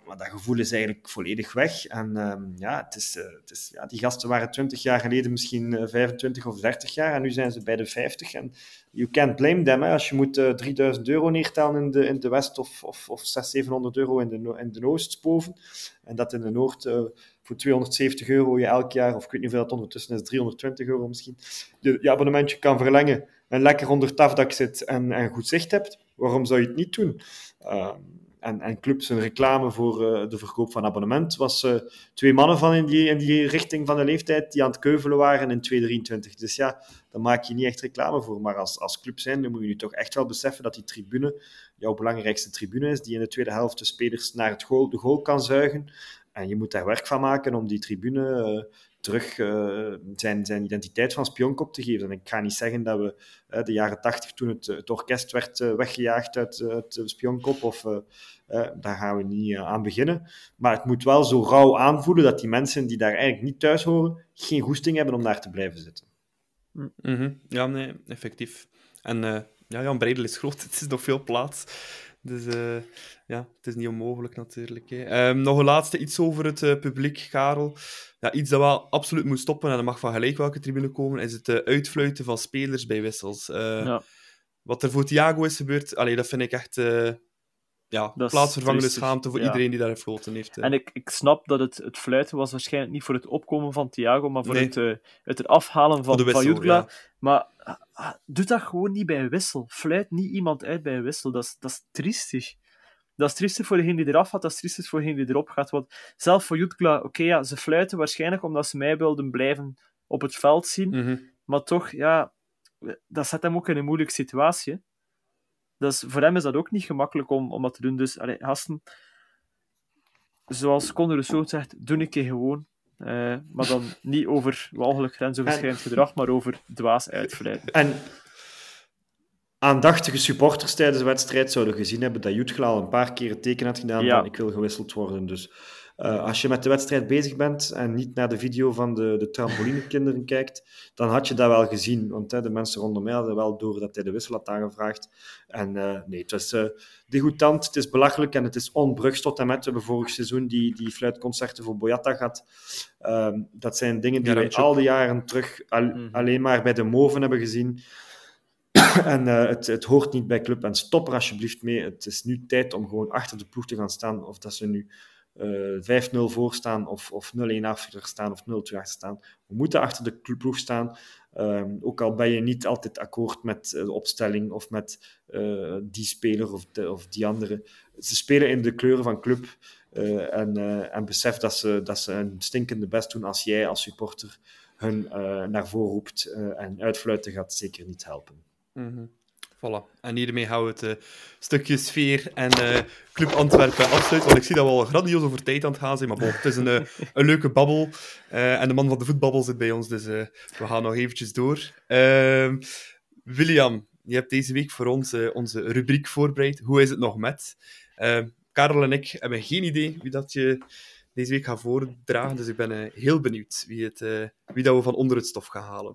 maar dat gevoel is eigenlijk volledig weg. En um, ja, het is, uh, het is, ja, die gasten waren twintig jaar geleden misschien uh, vijfentwintig of dertig jaar en nu zijn ze bij de vijftig. En you can't blame them. Hè. Als je moet uh, drieduizend euro neertellen in de, in de West of, of, of zeshonderd, zevenhonderd euro in de, in de Oost boven. En dat in de Noord uh, voor tweehonderdzeventig euro je elk jaar, of ik weet niet hoeveel dat ondertussen is, driehonderdtwintig euro misschien, je, je abonnementje kan verlengen en lekker onder het afdak zit en, en goed zicht hebt. Waarom zou je het niet doen? Uh, En, en clubs een reclame voor uh, de verkoop van abonnement was uh, twee mannen van in die, in die richting van de leeftijd die aan het keuvelen waren in tweeduizend drieëntwintig. Dus ja, daar maak je niet echt reclame voor. Maar als, als club zijn, dan moet je nu toch echt wel beseffen dat die tribune jouw belangrijkste tribune is, die in de tweede helft de spelers naar het goal, de goal kan zuigen. En je moet daar werk van maken om die tribune uh, terug uh, zijn, zijn identiteit van spionkop te geven. En ik ga niet zeggen dat we uh, de jaren tachtig, toen het, het orkest werd uh, weggejaagd uit uh, het spionkop, of uh, uh, daar gaan we niet uh, aan beginnen. Maar het moet wel zo rauw aanvoelen dat die mensen die daar eigenlijk niet thuis horen, geen goesting hebben om daar te blijven zitten. Mm-hmm. Ja, nee, effectief. En uh, ja, Jan Breidel is groot, het is nog veel plaats. Dus uh, ja, het is niet onmogelijk natuurlijk. Hè. Um, nog een laatste iets over het uh, publiek, Karel. Ja, iets dat wel absoluut moet stoppen, en dat mag van gelijk welke tribune komen, is het uh, uitfluiten van spelers bij wissels. Uh, ja. Wat er voor Thiago is gebeurd, allee, dat vind ik echt uh, ja, plaatsvervangende schaamte voor ja. iedereen die daar gefloten heeft. Uh. En ik, ik snap dat het, het fluiten was waarschijnlijk niet voor het opkomen van Thiago, maar voor nee. het, uh, het eraf halen van, wissel, van Jutgla. Ja. Maar uh, doe dat gewoon niet bij een wissel. Fluit niet iemand uit bij een wissel. Dat is, dat is triestig. Dat is triestig voor degene die eraf gaat, dat is triestig voor degene die erop gaat. Want zelf voor Jutgla, oké, okay, ja, ze fluiten waarschijnlijk omdat ze mij wilden blijven op het veld zien. Mm-hmm. Maar toch, ja, dat zet hem ook in een moeilijke situatie. Dus voor hem is dat ook niet gemakkelijk om, om dat te doen. Dus, allee, gasten, zoals Conor Rousseau zegt, doe een keer gewoon. Uh, maar dan niet over walgelijk grensoverschrijdend gedrag, maar over dwaas uitfluiten. En aandachtige supporters tijdens de wedstrijd zouden gezien hebben dat Jutgla al een paar keer het teken had gedaan ja. van ik wil gewisseld worden. Dus uh, als je met de wedstrijd bezig bent en niet naar de video van de, de trampolinekinderen kijkt, dan had je dat wel gezien. Want hè, de mensen rondom mij hadden wel door dat hij de wissel had aangevraagd. En uh, nee, het was uh, degoutant, het is belachelijk en het is onbrugs tot en met. We hebben vorig seizoen die, die fluitconcerten voor Boyata gehad. Um, dat zijn dingen die ja, we al die jaren terug al, mm-hmm. alleen maar bij de Moven hebben gezien. En uh, het, het hoort niet bij club. En stop er alsjeblieft mee. Het is nu tijd om gewoon achter de ploeg te gaan staan. Of dat ze nu uh, vijf nul voor staan, of, of nul-een achter staan, of nul-twee achter staan. We moeten achter de ploeg staan. Um, ook al ben je niet altijd akkoord met de opstelling, of met uh, die speler of, de, of die andere. Ze spelen in de kleuren van club. Uh, en, uh, en besef dat ze, dat ze een stinkende best doen als jij als supporter hun uh, naar voren roept. Uh, en uitfluiten gaat zeker niet helpen. Mm-hmm. Voilà. En hiermee gaan we het uh, stukje sfeer en uh, Club Antwerpen afsluiten. Want ik zie dat we al grandioos over tijd aan het gaan zijn. Maar bon, het is een, uh, een leuke babbel. Uh, en de man van de voetbabbel zit bij ons. Dus uh, we gaan nog eventjes door. Uh, William, je hebt deze week voor ons uh, onze rubriek voorbereid. Hoe is het nog met? Uh, Karel en ik hebben geen idee wie dat je deze week gaat voordragen. Dus ik ben uh, heel benieuwd wie, het, uh, wie dat we van onder het stof gaan halen.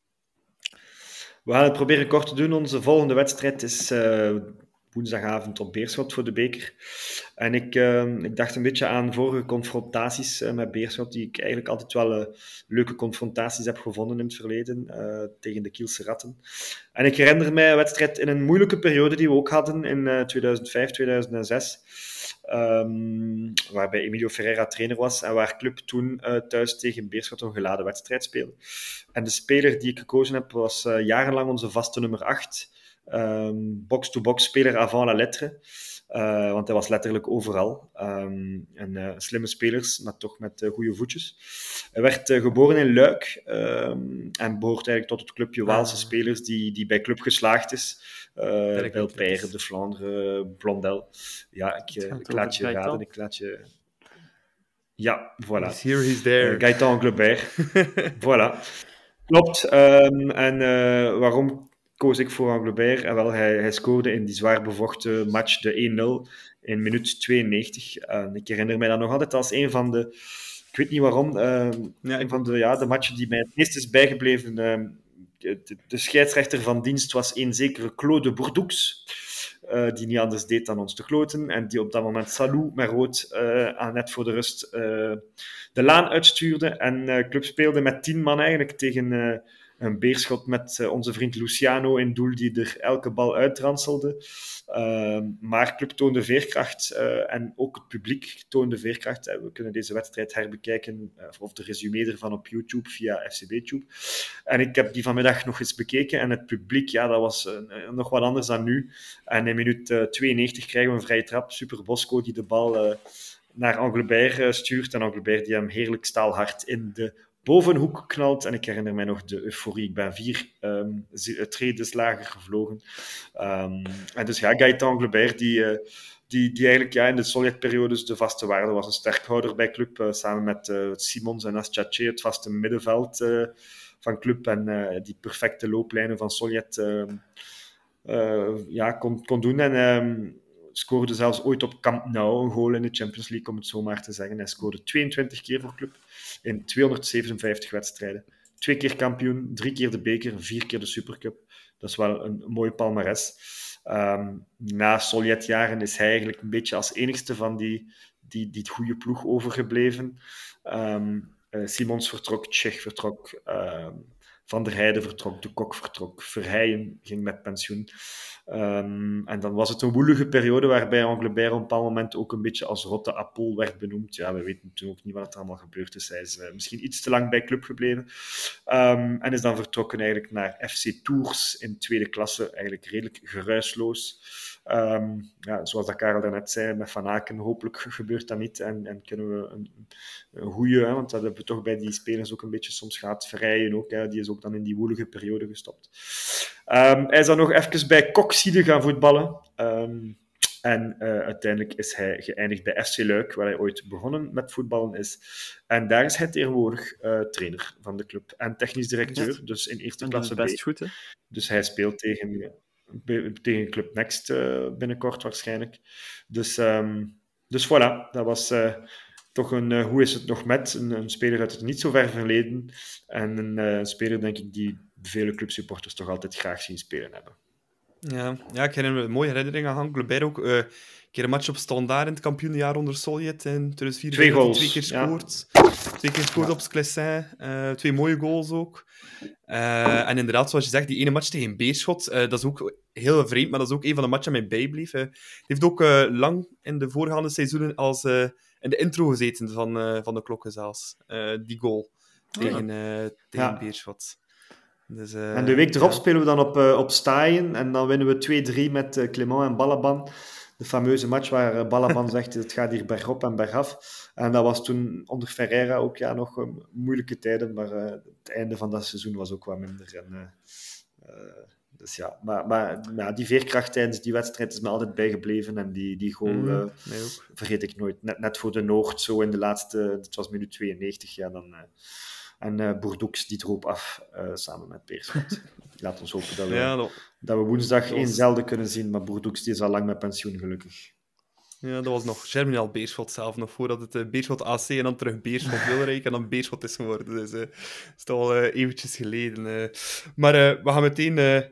We gaan het proberen kort te doen. Onze volgende wedstrijd is uh, woensdagavond op Beerschot voor de beker. En ik, uh, ik dacht een beetje aan vorige confrontaties uh, met Beerschot, die ik eigenlijk altijd wel uh, leuke confrontaties heb gevonden in het verleden, uh, tegen de Kielse Ratten. En ik herinner mij een wedstrijd in een moeilijke periode die we ook hadden in uh, tweeduizend vijf, tweeduizend zes. Um, waarbij Emilio Ferreira trainer was en waar club toen uh, thuis tegen Beerschot een geladen wedstrijd speelde. En de speler die ik gekozen heb was uh, jarenlang onze vaste nummer acht. Um, box-to-box speler avant la lettre. Uh, want hij was letterlijk overal. Um, en uh, slimme spelers, maar toch met uh, goede voetjes. Hij werd uh, geboren in Luik um, en behoort eigenlijk tot het clubje Waalse ah. spelers die, die bij club geslaagd is. Uh, Belpaire, De Vlaanderen, Blondel. Ja, ik, uh, ik laat je Gaëtan. raden. Ik laat je... Ja, voilà. He's here, he's there. Uh, Gaëtan Glebert. Voilà. Klopt. Um, en uh, waarom koos ik voor Anglebert? En wel, hij, hij scoorde in die zwaar bevochten match de één nul in minuut tweeënnegentig. Uh, ik herinner mij dat nog altijd als een van de... Ik weet niet waarom. Uh, ja, een van de, ja, de matchen die mij het meest is bijgebleven... Uh, De, de scheidsrechter van dienst was een zekere Claude Bourdoux. uh, die niet anders deed dan ons te kloten. En die op dat moment Salou met rood uh, aan net voor de rust uh, de laan uitstuurde. En uh, club speelde met tien man eigenlijk tegen uh, een beerschot met uh, onze vriend Luciano in doel die er elke bal uitranselde. Uh, maar club toonde veerkracht uh, en ook het publiek toonde veerkracht. Uh, we kunnen deze wedstrijd herbekijken uh, of de resume ervan op YouTube via F C B Tube. En ik heb die vanmiddag nog eens bekeken en het publiek, ja, dat was uh, nog wat anders dan nu. En in minuut uh, tweeënnegentig krijgen we een vrije trap. Super Bosco die de bal uh, naar Anglebert uh, stuurt en Anglebert die hem heerlijk staalhard in de bovenhoek knalt. En ik herinner mij nog de euforie. Ik ben vier um, tredes lager gevlogen. Um, en dus ja, Gaëtan Anglebert, die, uh, die, die eigenlijk ja, in de Soljet-periodes de vaste waarde was. Een sterkhouder bij club, uh, samen met uh, Simons en Aschache, het vaste middenveld uh, van club. En uh, die perfecte looplijnen van Soljet uh, uh, ja, kon, kon doen. En um, scoorde zelfs ooit op Camp Nou een goal in de Champions League, om het zo maar te zeggen. Hij scoorde tweeëntwintig keer voor club in tweehonderdzevenenvijftig wedstrijden. Twee keer kampioen, drie keer de beker, vier keer de Supercup. Dat is wel een, een mooi palmares. Um, na Soljet-jaren is hij eigenlijk een beetje als enigste van die, die, die goede ploeg overgebleven. Um, uh, Simons vertrok, Čech vertrok, uh, Van der Heijden vertrok, De Kok vertrok, Verheijen ging met pensioen. Um, en dan was het een woelige periode waarbij Anglebert op een bepaald moment ook een beetje als rotte appel werd benoemd. Ja, we weten toen ook niet wat er allemaal gebeurd is. Hij is uh, misschien iets te lang bij club gebleven. Um, en is dan vertrokken eigenlijk naar F C Tours in tweede klasse, eigenlijk redelijk geruisloos. Um, ja, zoals dat Karel daarnet zei, met Van Aken, hopelijk gebeurt dat niet. En, en kunnen we een, een goede, hè, want dat hebben we toch bij die spelers ook een beetje soms gehad. Verrijen ook, hè, die is ook dan in die woelige periode gestopt. Um, hij is dan nog even bij Coxide gaan voetballen. Um, en uh, uiteindelijk is hij geëindigd bij F C Luik, waar hij ooit begonnen met voetballen is. En daar is hij tegenwoordig uh, trainer van de club en technisch directeur, ja. Dus in eerste klasse B. Best goed, hè? Dus hij speelt tegen, tegen Club Next uh, binnenkort waarschijnlijk. Dus, um, dus voilà, dat was uh, toch een uh, hoe is het nog met, een, een speler uit het niet zo ver verleden. En een uh, speler, denk ik, die vele clubsupporters toch altijd graag zien spelen hebben. Ja, ja, ik herinner me een mooie herinnering aan Anglebert ook. Uh, een keer een match op Standaard in het kampioenjaar onder Soljet in tweeduizend vier. Twee goals. Twee keer gescoord. Ja. Twee keer gescoord ja. op Sclessin. Uh, twee mooie goals ook. Uh, en inderdaad, zoals je zegt, die ene match tegen Beerschot, uh, dat is ook heel vreemd, maar dat is ook een van de matchen die mij bijbleef. Uh, die heeft ook uh, lang in de voorgaande seizoenen als uh, in de intro gezeten van, uh, van de klokken zelfs. Uh, die goal tegen, uh, tegen ja. Beerschot. Dus, uh, en de week erop ja. spelen we dan op, uh, op Staaien en dan winnen we twee drie met uh, Clément en Balaban. De fameuze match waar uh, Balaban zegt het gaat hier bergop en bergaf. En dat was toen onder Ferreira ook ja, nog um, moeilijke tijden, maar uh, het einde van dat seizoen was ook wat minder. En, uh, uh, dus ja, maar, maar ja, die veerkracht tijdens die wedstrijd is me altijd bijgebleven en die, die goal mm, uh, nee, vergeet ik nooit. Net, net voor de Noord, zo in de laatste, het was minuut tweeënnegentig, ja, dan... Uh, En uh, Bourdoux die droop af, uh, samen met Beerschot. Laat ons hopen dat we, ja, dat... dat we woensdag één was... zelden kunnen zien, maar Bourdoux die is al lang met pensioen, gelukkig. Ja, dat was nog Germinal Beerschot zelf, nog voordat het uh, Beerschot A C en dan terug Beerschot Wilrijk en dan Beerschot is geworden. Dus uh, dat is toch al uh, eventjes geleden. Uh. Maar uh, we gaan meteen uh,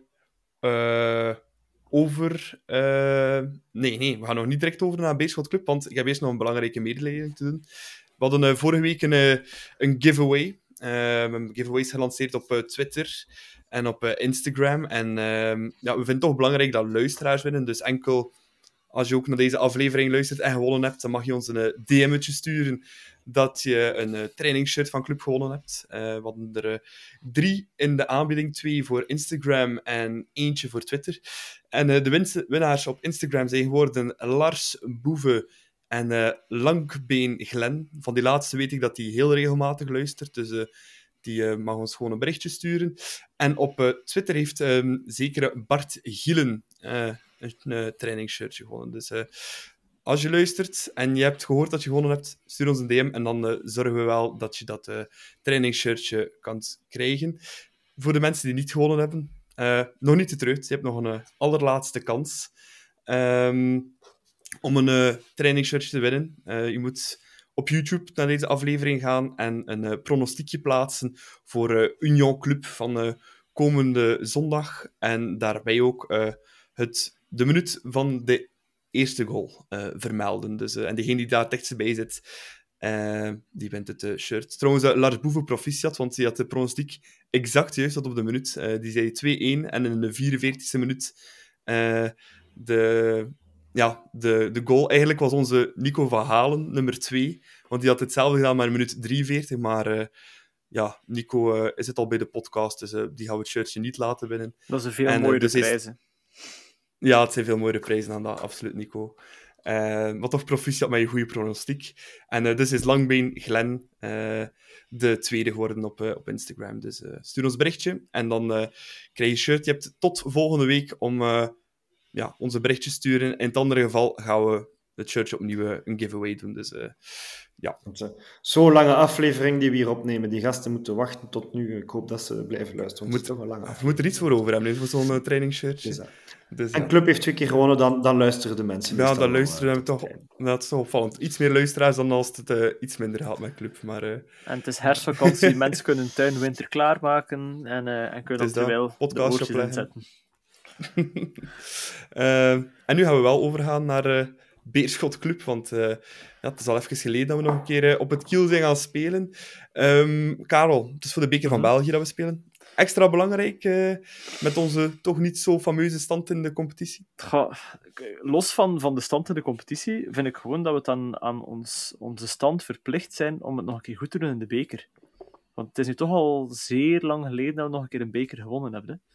uh, over... Uh... Nee, nee, we gaan nog niet direct over naar Beerschot Club, want ik heb eerst nog een belangrijke mededeling te doen. We hadden uh, vorige week een, uh, een giveaway. Uh, we hebben giveaways gelanceerd op uh, Twitter en op uh, Instagram. En uh, ja, we vinden het toch belangrijk dat luisteraars winnen. Dus enkel als je ook naar deze aflevering luistert en gewonnen hebt, dan mag je ons een uh, D M'tje sturen dat je een uh, trainingsshirt van club gewonnen hebt. Uh, we hadden er uh, drie in de aanbieding. Twee voor Instagram en eentje voor Twitter. En uh, de win- winnaars op Instagram zijn geworden Lars Boeve en uh, Langbeen Glen. Van die laatste weet ik dat hij heel regelmatig luistert. Dus uh, die uh, mag ons gewoon een berichtje sturen. En op uh, Twitter heeft um, zekere Bart Gielen uh, een uh, trainingsshirtje gewonnen. Dus uh, als je luistert en je hebt gehoord dat je gewonnen hebt, stuur ons een D M en dan uh, zorgen we wel dat je dat uh, trainingsshirtje kan krijgen. Voor de mensen die niet gewonnen hebben, uh, nog niet te treurd. Je hebt nog een uh, allerlaatste kans. Um, om een uh, trainingsshirtje te winnen. Uh, je moet op YouTube naar deze aflevering gaan en een uh, pronostiekje plaatsen voor uh, Union Club van uh, komende zondag. En daarbij ook uh, het, de minuut van de eerste goal uh, vermelden. Dus, uh, en degene die daar tekst bij zit, uh, die wint het uh, shirt. Trouwens, uh, Lars Boeven proficiat, want die had de pronostiek exact juist tot op de minuut. Uh, die zei twee-één en in de vierenveertigste minuut uh, de... Ja, de, de goal eigenlijk was onze Nico van Halen, nummer twee. Want die had hetzelfde gedaan, maar in minuut drieënveertig. Maar uh, ja, Nico uh, is het al bij de podcast, dus uh, die gaan we het shirtje niet laten winnen. Dat zijn veel en, mooie uh, dus prijzen. Is... Ja, het zijn veel mooie prijzen dan dat, absoluut, Nico. Uh, wat toch proficiat met je goede pronostiek. En uh, dus is Langbeen Glen uh, de tweede geworden op, uh, op Instagram. Dus uh, stuur ons berichtje en dan uh, krijg je shirt. Je hebt tot volgende week om... Uh, Ja, onze berichtjes sturen. In het andere geval gaan we het shirtje opnieuw een giveaway doen. Dus uh, ja. Zo'n lange aflevering die we hier opnemen. Die gasten moeten wachten tot nu. Ik hoop dat ze blijven luisteren. Moet, toch een lange we moeten er iets voor over hebben, voor zo'n uh, trainingsshirtje. Dus, uh, dus, en ja. Club heeft twee keer gewonnen, dan, dan luisteren de mensen. Ja, dan dan luisteren we uh, toch... Dat is toch opvallend. Iets meer luisteraars dan als het uh, iets minder gaat met Club. Maar, uh... En het is herfstvakantie. Mensen kunnen hun tuin winter klaarmaken en, uh, en kunnen oftewel de oortjes inzetten. uh, en nu gaan we wel overgaan naar uh, Beerschot Club, want uh, ja, het is al even geleden dat we nog een keer uh, op het Kiel zijn gaan spelen. Um, Karel, het is voor de beker van België dat we spelen. Extra belangrijk, uh, met onze toch niet zo fameuze stand in de competitie? Goh, los van, van de stand in de competitie, vind ik gewoon dat we dan aan ons, onze stand verplicht zijn om het nog een keer goed te doen in de beker. Want het is nu toch al zeer lang geleden dat we nog een keer een beker gewonnen hebben, hè?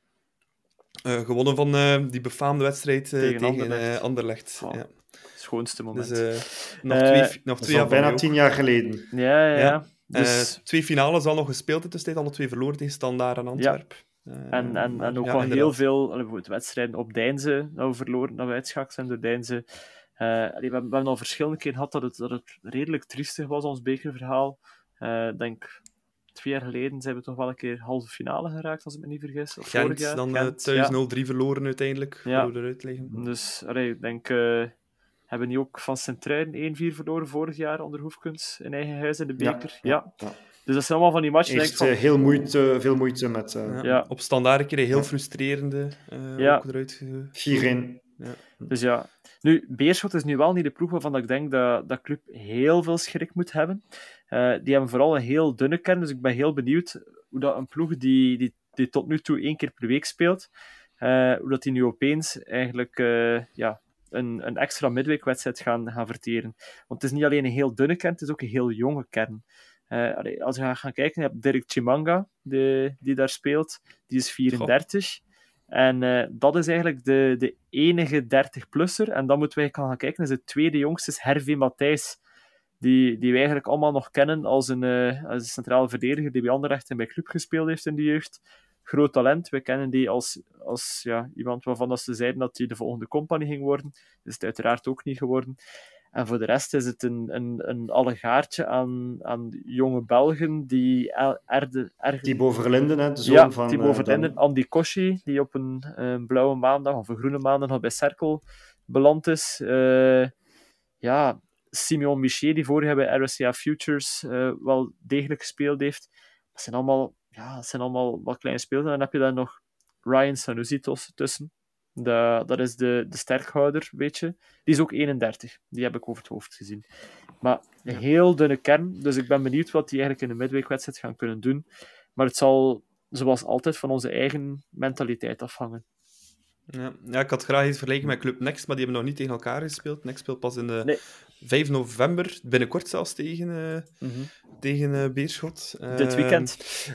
Uh, gewonnen van uh, die befaamde wedstrijd uh, tegen, tegen Anderlecht. Uh, Anderlecht. Oh, ja. Schoonste moment. Dus, uh, nog twee, uh, nog twee jaar bijna tien jaar geleden. Ja, ja. ja. Dus... Uh, twee finales al nog gespeeld in de tijd, alle twee verloren tegen Standaard en Antwerpen. Ja. Uh, en, en, en ook ja, wel inderdaad. Heel veel bijvoorbeeld wedstrijden op Deinze dat we verloren, dat we uitschakeld zijn door Deinze. Uh, we, we hebben al verschillende keren gehad dat het, dat het redelijk triestig was, ons bekerverhaal. Ik uh, denk... Twee jaar geleden zijn we toch wel een keer halve finale geraakt, als ik me niet vergis. Of Gent, vorig jaar. dan Gent, thuis ja. nul drie verloren uiteindelijk, ja. door eruit liggen. Dus, allee, ik denk, uh, hebben die ook van Sint-Truiden één vier verloren vorig jaar onder Hoefkens in eigen huis in de beker. Ja. ja. ja. Dus dat zijn allemaal van die matchen. Eerst denk ik, van... heel moeite, veel moeite met... Uh... Ja. Ja. Op Standaard een keer heel frustrerende uh, ja. ook eruit. vier-één. Ja. Dus ja. Nu, Beerschot is nu wel niet de ploeg waarvan ik denk dat dat club heel veel schrik moet hebben. Uh, die hebben vooral een heel dunne kern, dus ik ben heel benieuwd hoe dat een ploeg die, die, die tot nu toe één keer per week speelt, uh, hoe dat die nu opeens eigenlijk uh, ja, een, een extra midweekwedstrijd gaan, gaan verteren. Want het is niet alleen een heel dunne kern, het is ook een heel jonge kern. Uh, allee, als we gaan, gaan kijken, je hebt Dirk Chimanga, die, die daar speelt, die is vierendertig. Goh. En uh, dat is eigenlijk de, de enige dertig-plusser. En dan moeten wij gaan kijken, is de tweede jongste is Hervé Matthijs, die, die wij eigenlijk allemaal nog kennen als een, uh, als een centrale verdediger die bij Anderlecht en bij Club gespeeld heeft in de jeugd. Groot talent. We kennen die als, als ja, iemand waarvan dat ze zeiden dat hij de volgende Company ging worden. Is het uiteraard ook niet geworden. En voor de rest is het een, een, een allegaartje aan, aan jonge Belgen die erde... Er... Thibaut Verlinden, hè, de zoon ja, van... Thibaut uh, Verlinden, dan... Andy Koschi, die op een, een blauwe maandag of een groene maandag nog bij Cerkel beland is. Uh, ja, Simeon Miché, die vorig jaar bij R S C A Futures uh, wel degelijk gespeeld heeft. Dat zijn allemaal, ja, dat zijn allemaal wat kleine spelers. En dan heb je daar nog Ryan Sanusi tussen. De, dat is de, de sterkhouder, weet je. Die is ook eenendertig. Die heb ik over het hoofd gezien. Maar een heel dunne kern. Dus ik ben benieuwd wat die eigenlijk in de midweekwedstrijd gaan kunnen doen. Maar het zal, zoals altijd, van onze eigen mentaliteit afhangen. Ja, ja, ik had graag iets vergelijken met Club Next, maar die hebben nog niet tegen elkaar gespeeld. Next speelt pas in de nee. vijf november, binnenkort zelfs, tegen, uh, mm-hmm. tegen uh, Beerschot. Uh, Dit weekend.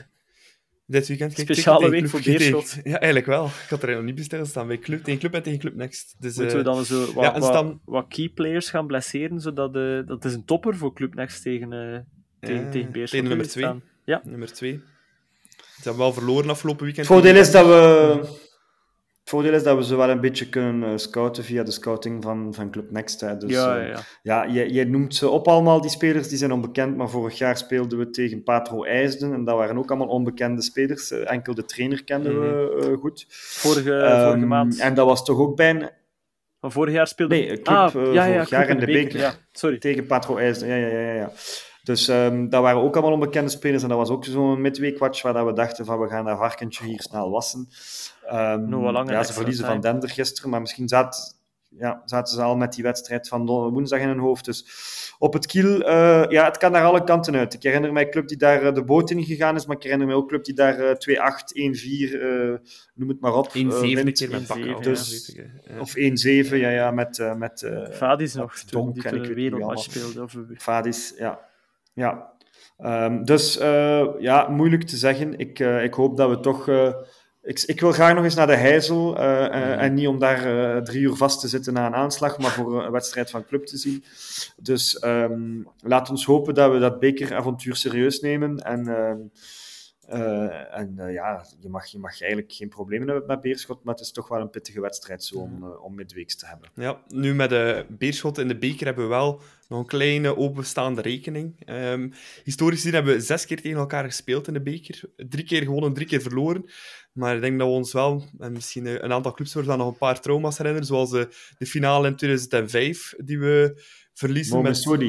Dit weekend. Kijk, speciale week voor Beerschot. Tegen, ja, eigenlijk wel. Ik had er nog niet bij stilstaan. Bij Club, tegen Club en tegen Club Next. Dus, moeten we dan zo wat, ja, wat, dan... wat key players gaan blesseren, zodat uh, dat is een topper voor Club Next tegen, uh, tegen, ja, tegen Beerschot. Tegen nummer twee. Ja. Nummer twee. Ze hebben wel verloren afgelopen weekend. Het voordeel is dat we... Het voordeel is dat we ze wel een beetje kunnen uh, scouten via de scouting van, van Club Next. Hè. Dus, ja, uh, ja, ja. ja je, je noemt ze op allemaal, die spelers, die zijn onbekend, maar vorig jaar speelden we tegen Patro IJsden en dat waren ook allemaal onbekende spelers. Uh, enkel de trainer kenden mm-hmm. we uh, goed. Vorige, um, vorige maand. En dat was toch ook bijna... Van vorig jaar speelde... Nee, Club ah, uh, ja, ja, vorig jaar in de beker, beker. Ja, sorry. tegen Patro IJsden. Ja, ja, ja, ja. Dus um, dat waren ook allemaal onbekende spelers. En dat was ook zo'n midweekwatch waar dat we dachten van we gaan dat varkentje hier snel wassen. Um, Nog wel lang ja, ze verliezen time. van Dender gisteren, maar misschien zat, ja, zaten ze al met die wedstrijd van woensdag in hun hoofd. Dus op het kiel, uh, ja, het kan naar alle kanten uit. Ik herinner mij een club die daar uh, de boot in gegaan is, maar ik herinner mij ook een club die daar uh, twee acht, één vier, uh, noem het maar op. één zeven uh, keer met Bakau. Dus, ja, ja. Of één zeven, ja, ja, met... Uh, met uh, Vadis nog, toen die en toen ik een weet niet wereldmatch wie speelde. Of... Vadis, ja. ja. Um, dus uh, ja, moeilijk te zeggen. Ik, uh, ik hoop dat we toch... Uh, ik, ik wil graag nog eens naar de Heysel. Uh, uh, mm. En niet om daar uh, drie uur vast te zitten na een aanslag, maar voor een wedstrijd van club te zien. Dus um, laat ons hopen dat we dat bekeravontuur serieus nemen. En, uh, uh, en uh, ja, je mag, je mag eigenlijk geen problemen hebben met Beerschot, maar het is toch wel een pittige wedstrijd zo om, uh, om midweeks te hebben. Ja, nu met de Beerschot in de beker hebben we wel nog een kleine openstaande rekening. Um, historisch gezien hebben we zes keer tegen elkaar gespeeld in de beker. Drie keer gewonnen, drie keer verloren. Maar ik denk dat we ons wel, en misschien een aantal clubs worden nog een paar trauma's herinneren, zoals de, de finale in tweeduizend vijf, die we verliezen Mo met... Uh,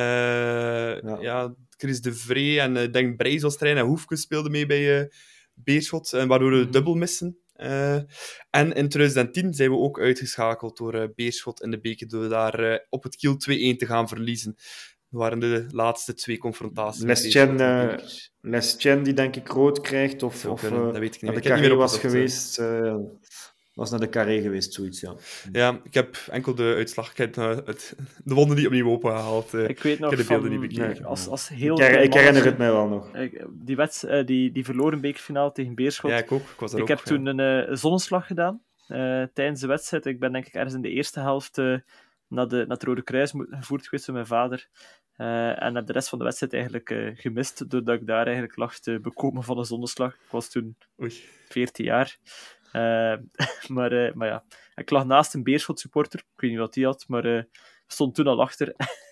ja. ja, Chris de Vree en ik uh, denk Breis als trainer en Hoefke speelden mee bij uh, Beerschot, uh, waardoor we mm-hmm. dubbel missen. Uh, en in twintig tien zijn we ook uitgeschakeld door uh, Beerschot in de beker, door daar uh, op het kiel twee-één te gaan verliezen. Dat waren de laatste twee confrontaties. Lestjen, uh, Lestjen die denk ik rood krijgt, of, of uh, dat weet ik niet. naar de carré was geweest. Uh, was naar de carré geweest, zoiets, ja. Ja, ik heb enkel de uitslag, ik heb uh, het, de wonden niet opnieuw opengehaald. Uh, ik weet nog ik heb de beelden van, niet bekeken. Nee, als, als heel ik, her, ik herinner het mij wel nog. Die, wets, uh, die, die verloren bekerfinale tegen Beerschot. Ja, ik ook. Ik was er ik ook, heb ja. toen een uh, zonneslag gedaan uh, tijdens de wedstrijd. Ik ben denk ik ergens in de eerste helft uh, naar, de, naar het Rode Kruis gevoerd geweest met mijn vader. Uh, en heb de rest van de wedstrijd eigenlijk uh, gemist, doordat ik daar eigenlijk lag te bekomen van een zonneslag. Ik was toen Oei. veertien jaar. Uh, maar, uh, maar ja, ik lag naast een Beerschot supporter. Ik weet niet wat die had, maar uh, stond toen al achter.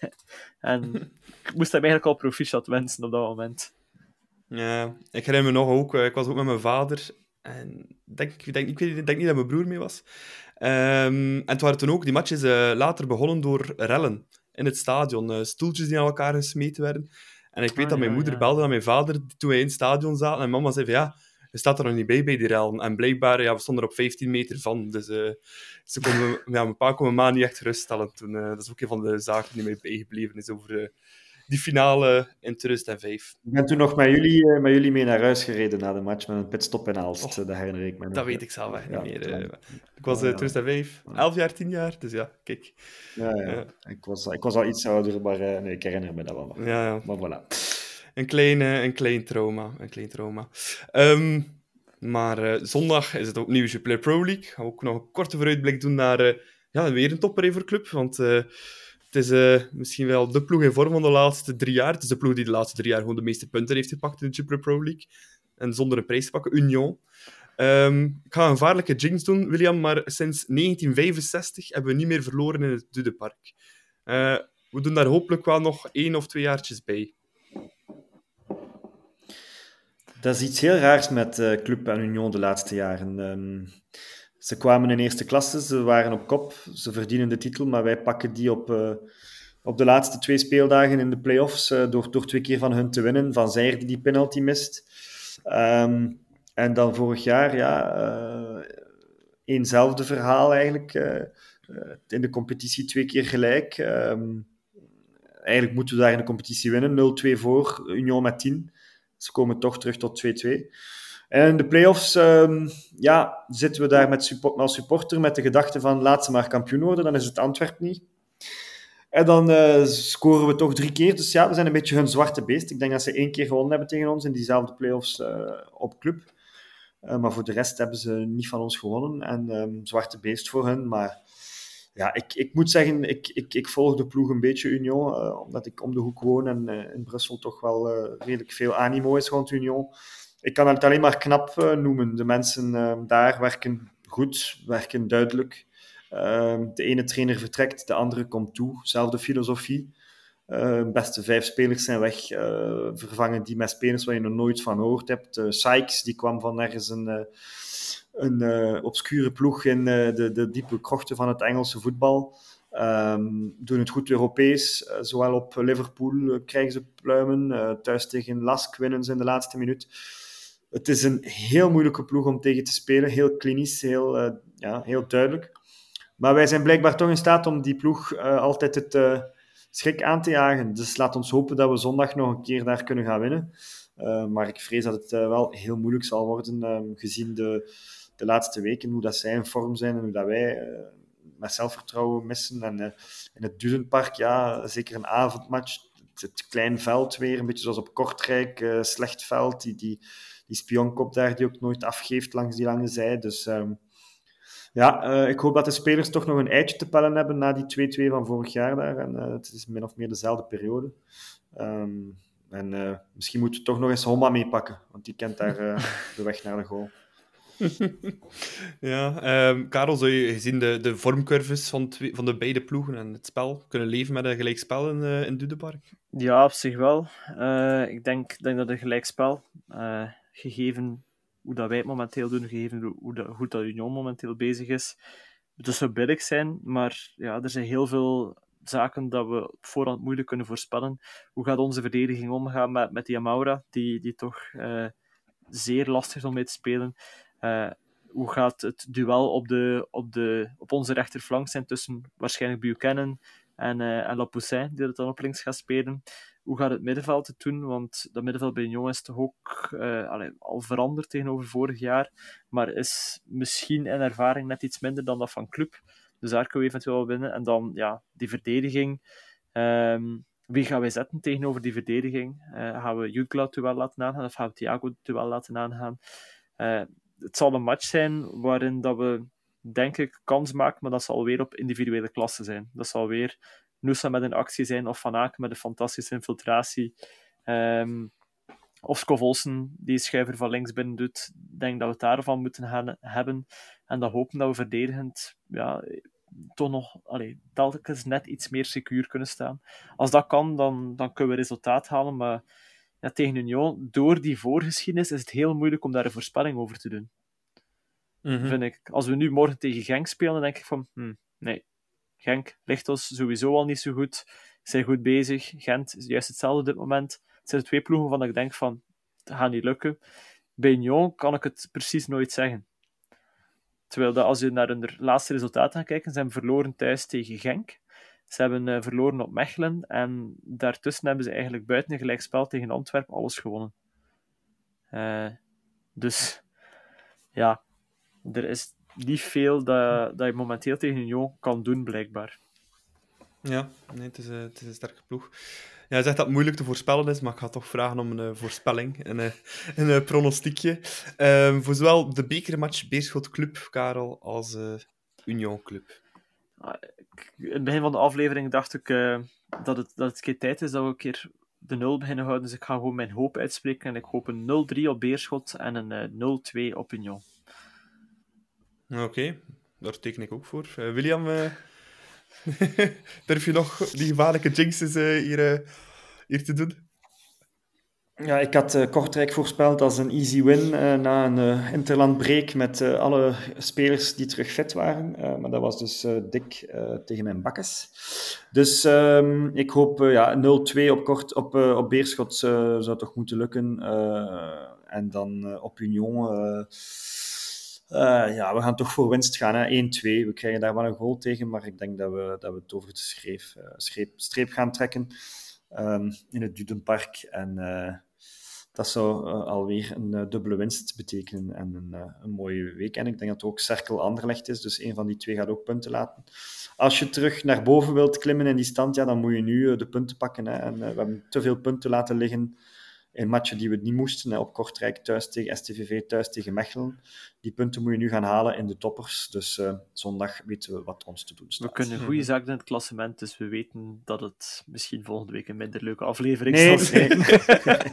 En ik moest hem eigenlijk al proficiat wensen op dat moment. Ja, ik herinner me nog ook, uh, ik was ook met mijn vader. En denk, ik, denk, ik weet, denk niet dat mijn broer mee was. Um, en het waren toen ook, die matches uh, later begonnen door rellen in het stadion. Uh, stoeltjes die aan elkaar gesmeten werden. En ik weet ah, dat mijn ja, moeder ja. belde naar mijn vader toen wij in het stadion zaten. En mama zei van ja, je staat er nog niet bij bij die rellen. En blijkbaar, ja, we stonden er op vijftien meter van. Dus uh, ze konden, ja, mijn pa kon mijn ma niet echt geruststellen toen. Uh, dat is ook een van de zaken die mij bijgebleven is over uh, die finale in tweeduizend vijf. Ik ben toen nog met jullie, uh, met jullie mee naar huis gereden na de match met een pitstop in Aalst. Oh, dat herinner ik me nog. Dat weet ik zelf echt ja, niet meer. Uh, ik was uh, tweeduizend vijf, elf jaar, tien jaar. Dus ja, kijk. Ja, ja. Uh, ik, was, ik was al iets ouder, maar uh, nee, ik herinner me dat wel nog. Ja, ja. Maar voilà. Een klein, uh, een klein trauma. Een klein trauma. Um, Maar uh, zondag is het opnieuw Jupiler Pro League. Gaan we ook nog een korte vooruitblik doen naar uh, ja, weer een topper voor club. Want uh, het is uh, misschien wel de ploeg in vorm van de laatste drie jaar. Het is de ploeg die de laatste drie jaar gewoon de meeste punten heeft gepakt in de Jupiler Pro League. En zonder een prijs te pakken, Union. Um, ik ga een gevaarlijke jinx doen, William, maar sinds negentien vijfenzestig hebben we niet meer verloren in het Dudepark. Uh, we doen daar hopelijk wel nog één of twee jaartjes bij. Dat is iets heel raars met uh, Club en Union de laatste jaren. Um, ze kwamen in eerste klasse, ze waren op kop, ze verdienen de titel, maar wij pakken die op, uh, op de laatste twee speeldagen in de play-offs uh, door, door twee keer van hun te winnen. Van Zijr die die penalty mist. Um, en dan vorig jaar, ja, uh, eenzelfde verhaal eigenlijk. Uh, uh, in de competitie twee keer gelijk. Um, eigenlijk moeten we daar in de competitie winnen. nul twee voor, Union met tien. Ze komen toch terug tot twee-twee. En in de play-offs um, ja, zitten we daar met support, als supporter met de gedachte van laat ze maar kampioen worden, dan is het Antwerp niet. En dan uh, scoren we toch drie keer. Dus ja, we zijn een beetje hun zwarte beest. Ik denk dat ze één keer gewonnen hebben tegen ons in diezelfde play-offs uh, op club. Uh, maar voor de rest hebben ze niet van ons gewonnen. En um, zwarte beest voor hun. Maar ja, ik, ik moet zeggen, ik, ik, ik volg de ploeg een beetje Union, uh, omdat ik om de hoek woon en uh, in Brussel toch wel uh, redelijk veel animo is rond Union. Ik kan het alleen maar knap uh, noemen. De mensen uh, daar werken goed, werken duidelijk. Uh, de ene trainer vertrekt, de andere komt toe. Zelfde filosofie. Uh, de beste vijf spelers zijn weg. Uh, vervangen die met spelers waar je nog nooit van gehoord hebt. Uh, Sykes, die kwam van ergens een... Uh, een uh, obscure ploeg in uh, de, de diepe krochten van het Engelse voetbal. Um, doen het goed Europees. Uh, zowel op Liverpool uh, krijgen ze pluimen. Uh, thuis tegen Lask winnen ze in de laatste minuut. Het is een heel moeilijke ploeg om tegen te spelen. Heel klinisch, heel, uh, ja, heel duidelijk. Maar wij zijn blijkbaar toch in staat om die ploeg uh, altijd het uh, schrik aan te jagen. Dus laat ons hopen dat we zondag nog een keer daar kunnen gaan winnen. Uh, maar ik vrees dat het uh, wel heel moeilijk zal worden, uh, gezien de, de laatste weken, hoe dat zij in vorm zijn en hoe dat wij uh, met zelfvertrouwen missen. En uh, in het Dudenpark, ja, zeker een avondmatch, het, het klein veld weer, een beetje zoals op Kortrijk, uh, slecht veld, die, die, die spionkop daar die ook nooit afgeeft langs die lange zij. Dus um, ja, uh, ik hoop dat de spelers toch nog een eitje te pellen hebben na die twee-twee van vorig jaar daar. En uh, het is min of meer dezelfde periode. Um, En uh, misschien moeten we toch nog eens Homma meepakken, want die kent daar uh, de weg naar de goal. Ja, um, Karel, zou je gezien de, de vormcurves van, twee, van de beide ploegen en het spel kunnen leven met een gelijkspel in, uh, in Dudenpark? Ja, op zich wel. Uh, ik denk, denk dat een gelijkspel, uh, gegeven hoe dat wij het momenteel doen, gegeven hoe dat, hoe dat Union momenteel bezig is, het zou billig zijn, maar ja, er zijn heel veel zaken dat we op voorhand moeilijk kunnen voorspellen. Hoe gaat onze verdediging omgaan met, met die Amaura, die, die toch uh, zeer lastig is om mee te spelen. Uh, hoe gaat het duel op, de, op, de, op onze rechterflank zijn tussen waarschijnlijk Buchanan en, uh, en Lapoussin, die het dan op links gaat spelen. Hoe gaat het middenveld het doen? Want dat middenveld bij Union is toch ook uh, allee, al veranderd tegenover vorig jaar, maar is misschien in ervaring net iets minder dan dat van Club. Dus daar kunnen we eventueel wel winnen. En dan, ja, die verdediging. Um, wie gaan wij zetten tegenover die verdediging? Uh, gaan we Jutgla het duel laten aangaan? Of gaan we Thiago het duel laten aangaan? Uh, het zal een match zijn waarin dat we, denk ik, kans maken, maar dat zal weer op individuele klasse zijn. Dat zal weer Nusa met een actie zijn, of Van Aken met een fantastische infiltratie. Um, of Skov Olsen, die schuiver van links binnen doet. Ik denk dat we het daarvan moeten gaan hebben. En dan hopen dat we verdedigend ja, toch nog allee, telkens net iets meer secuur kunnen staan. Als dat kan, dan, dan kunnen we resultaat halen. Maar ja, tegen Union, door die voorgeschiedenis, is het heel moeilijk om daar een voorspelling over te doen. Mm-hmm. Vind ik. Als we nu morgen tegen Genk spelen, dan denk ik van, hmm, nee. Genk ligt ons sowieso al niet zo goed. Zijn goed bezig. Gent is juist hetzelfde op dit moment. Het zijn de twee ploegen waarvan ik denk van, het gaat niet lukken. Bij Union kan ik het precies nooit zeggen. Terwijl dat als je naar hun laatste resultaten gaat kijken, ze hebben verloren thuis tegen Genk. Ze hebben uh, verloren op Mechelen. En daartussen hebben ze eigenlijk buiten een gelijkspel tegen Antwerpen alles gewonnen. Uh, dus, ja, er is niet veel dat, dat je momenteel tegen Union kan doen, blijkbaar. Ja, nee, het is, uh, het is een sterke ploeg. Ja, hij zegt dat het moeilijk te voorspellen is, maar ik ga toch vragen om een uh, voorspelling, een, uh, een uh, pronostiekje. Uh, voor zowel de bekermatch Beerschot Club, Karel, als uh, Union Club. Uh, ik, in het begin van de aflevering dacht ik uh, dat, het, dat het een keer tijd is dat we een keer de nul beginnen houden, dus ik ga gewoon mijn hoop uitspreken en ik hoop een nul drie op Beerschot en een uh, nul twee op Union. Oké, okay, daar teken ik ook voor. Uh, William... Uh... Durf je nog die gevaarlijke jinxes uh, hier, uh, hier te doen? Ja, ik had uh, Kortrijk voorspeld als een easy win uh, na een uh, interlandbreak met uh, alle spelers die terug fit waren. Uh, maar dat was dus uh, dik uh, tegen mijn bakkes. Dus um, ik hoop uh, ja, nul twee op, kort, op, uh, op Beerschot uh, zou toch moeten lukken. Uh, en dan uh, op Union... Uh, Uh, ja, we gaan toch voor winst gaan, één twee. We krijgen daar wel een goal tegen, maar ik denk dat we, dat we het over de schreef, uh, streep, streep gaan trekken um, in het Dudenpark. En uh, dat zou uh, alweer een uh, dubbele winst betekenen en een, uh, een mooie week. En ik denk dat het ook Cerkel Anderlecht is, dus een van die twee gaat ook punten laten. Als je terug naar boven wilt klimmen in die stand, ja, dan moet je nu uh, de punten pakken. Hè. En, uh, we hebben te veel punten laten liggen in matchen die we niet moesten, hè, op Kortrijk thuis tegen S T V V, thuis tegen Mechelen. Die punten moet je nu gaan halen in de toppers. Dus uh, zondag weten we wat ons te doen staat. We kunnen goede zaken in het klassement, dus we weten dat het misschien volgende week een minder leuke aflevering nee, zal zijn. Nee.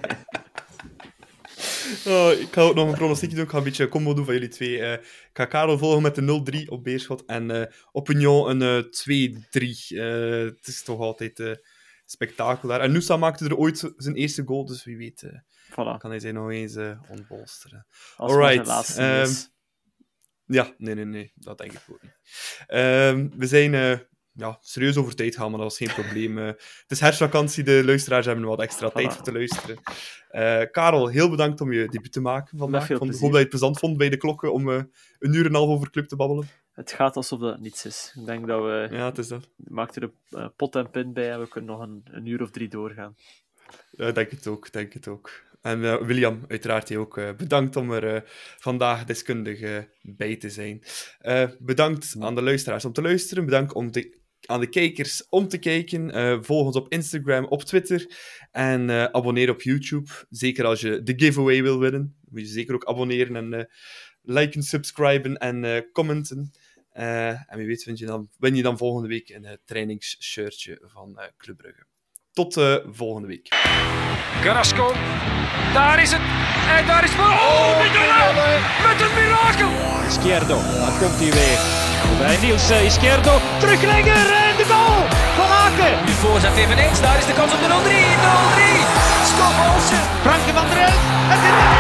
oh, ik ga ook nog een pronostiekje doen. Ik ga een beetje een combo doen van jullie twee. Uh, ik ga Karel volgen met de nul drie op Beerschot en uh, op Union een uh, twee drie. Uh, het is toch altijd... Uh, spektakel daar. En Nusa maakte er ooit zijn eerste goal, dus wie weet uh, voilà. kan hij zich nog eens uh, ontbolsteren. Als Alright. het laatste um, is. Ja, nee, nee, nee. Dat denk ik ook niet. Um, we zijn uh, ja, serieus over tijd gaan, maar dat was geen probleem. Uh, het is herfstvakantie, de luisteraars hebben wat extra voilà. tijd voor te luisteren. Uh, Karel, heel bedankt om je debuut te maken vandaag. Ik hoop dat je het plezant vond bij de klokken om uh, een uur en een half over club te babbelen. Het gaat alsof dat niets is. Ik denk dat we... Ja, het is dat. Maak er een uh, pot en pin bij en we kunnen nog een, een uur of drie doorgaan. Ja, denk het ook, denk het ook. En uh, William, uiteraard hij ook uh, bedankt om er uh, vandaag deskundig uh, bij te zijn. Uh, bedankt aan de luisteraars om te luisteren. Bedankt om te, aan de kijkers om te kijken. Uh, volg ons op Instagram, op Twitter. En uh, abonneer op YouTube. Zeker als je de giveaway wil winnen. Moet je zeker ook abonneren en uh, liken, subscriben en uh, commenten. Uh, en wie weet win je, dan, win je dan volgende week een uh, trainingsshirtje van uh, Club Brugge. Tot uh, volgende week. Carrasco, daar is het. En daar is het. Oh, Mignolet! Met een mirakel! Izquierdo, daar komt hij weer. Bij Niels uh, Izquierdo, teruglegger en de goal van Aken. Nu voorzet eveneens, daar is de kans op de nul drie. nul drie! Stop Olsen! Franke van der Elf, het is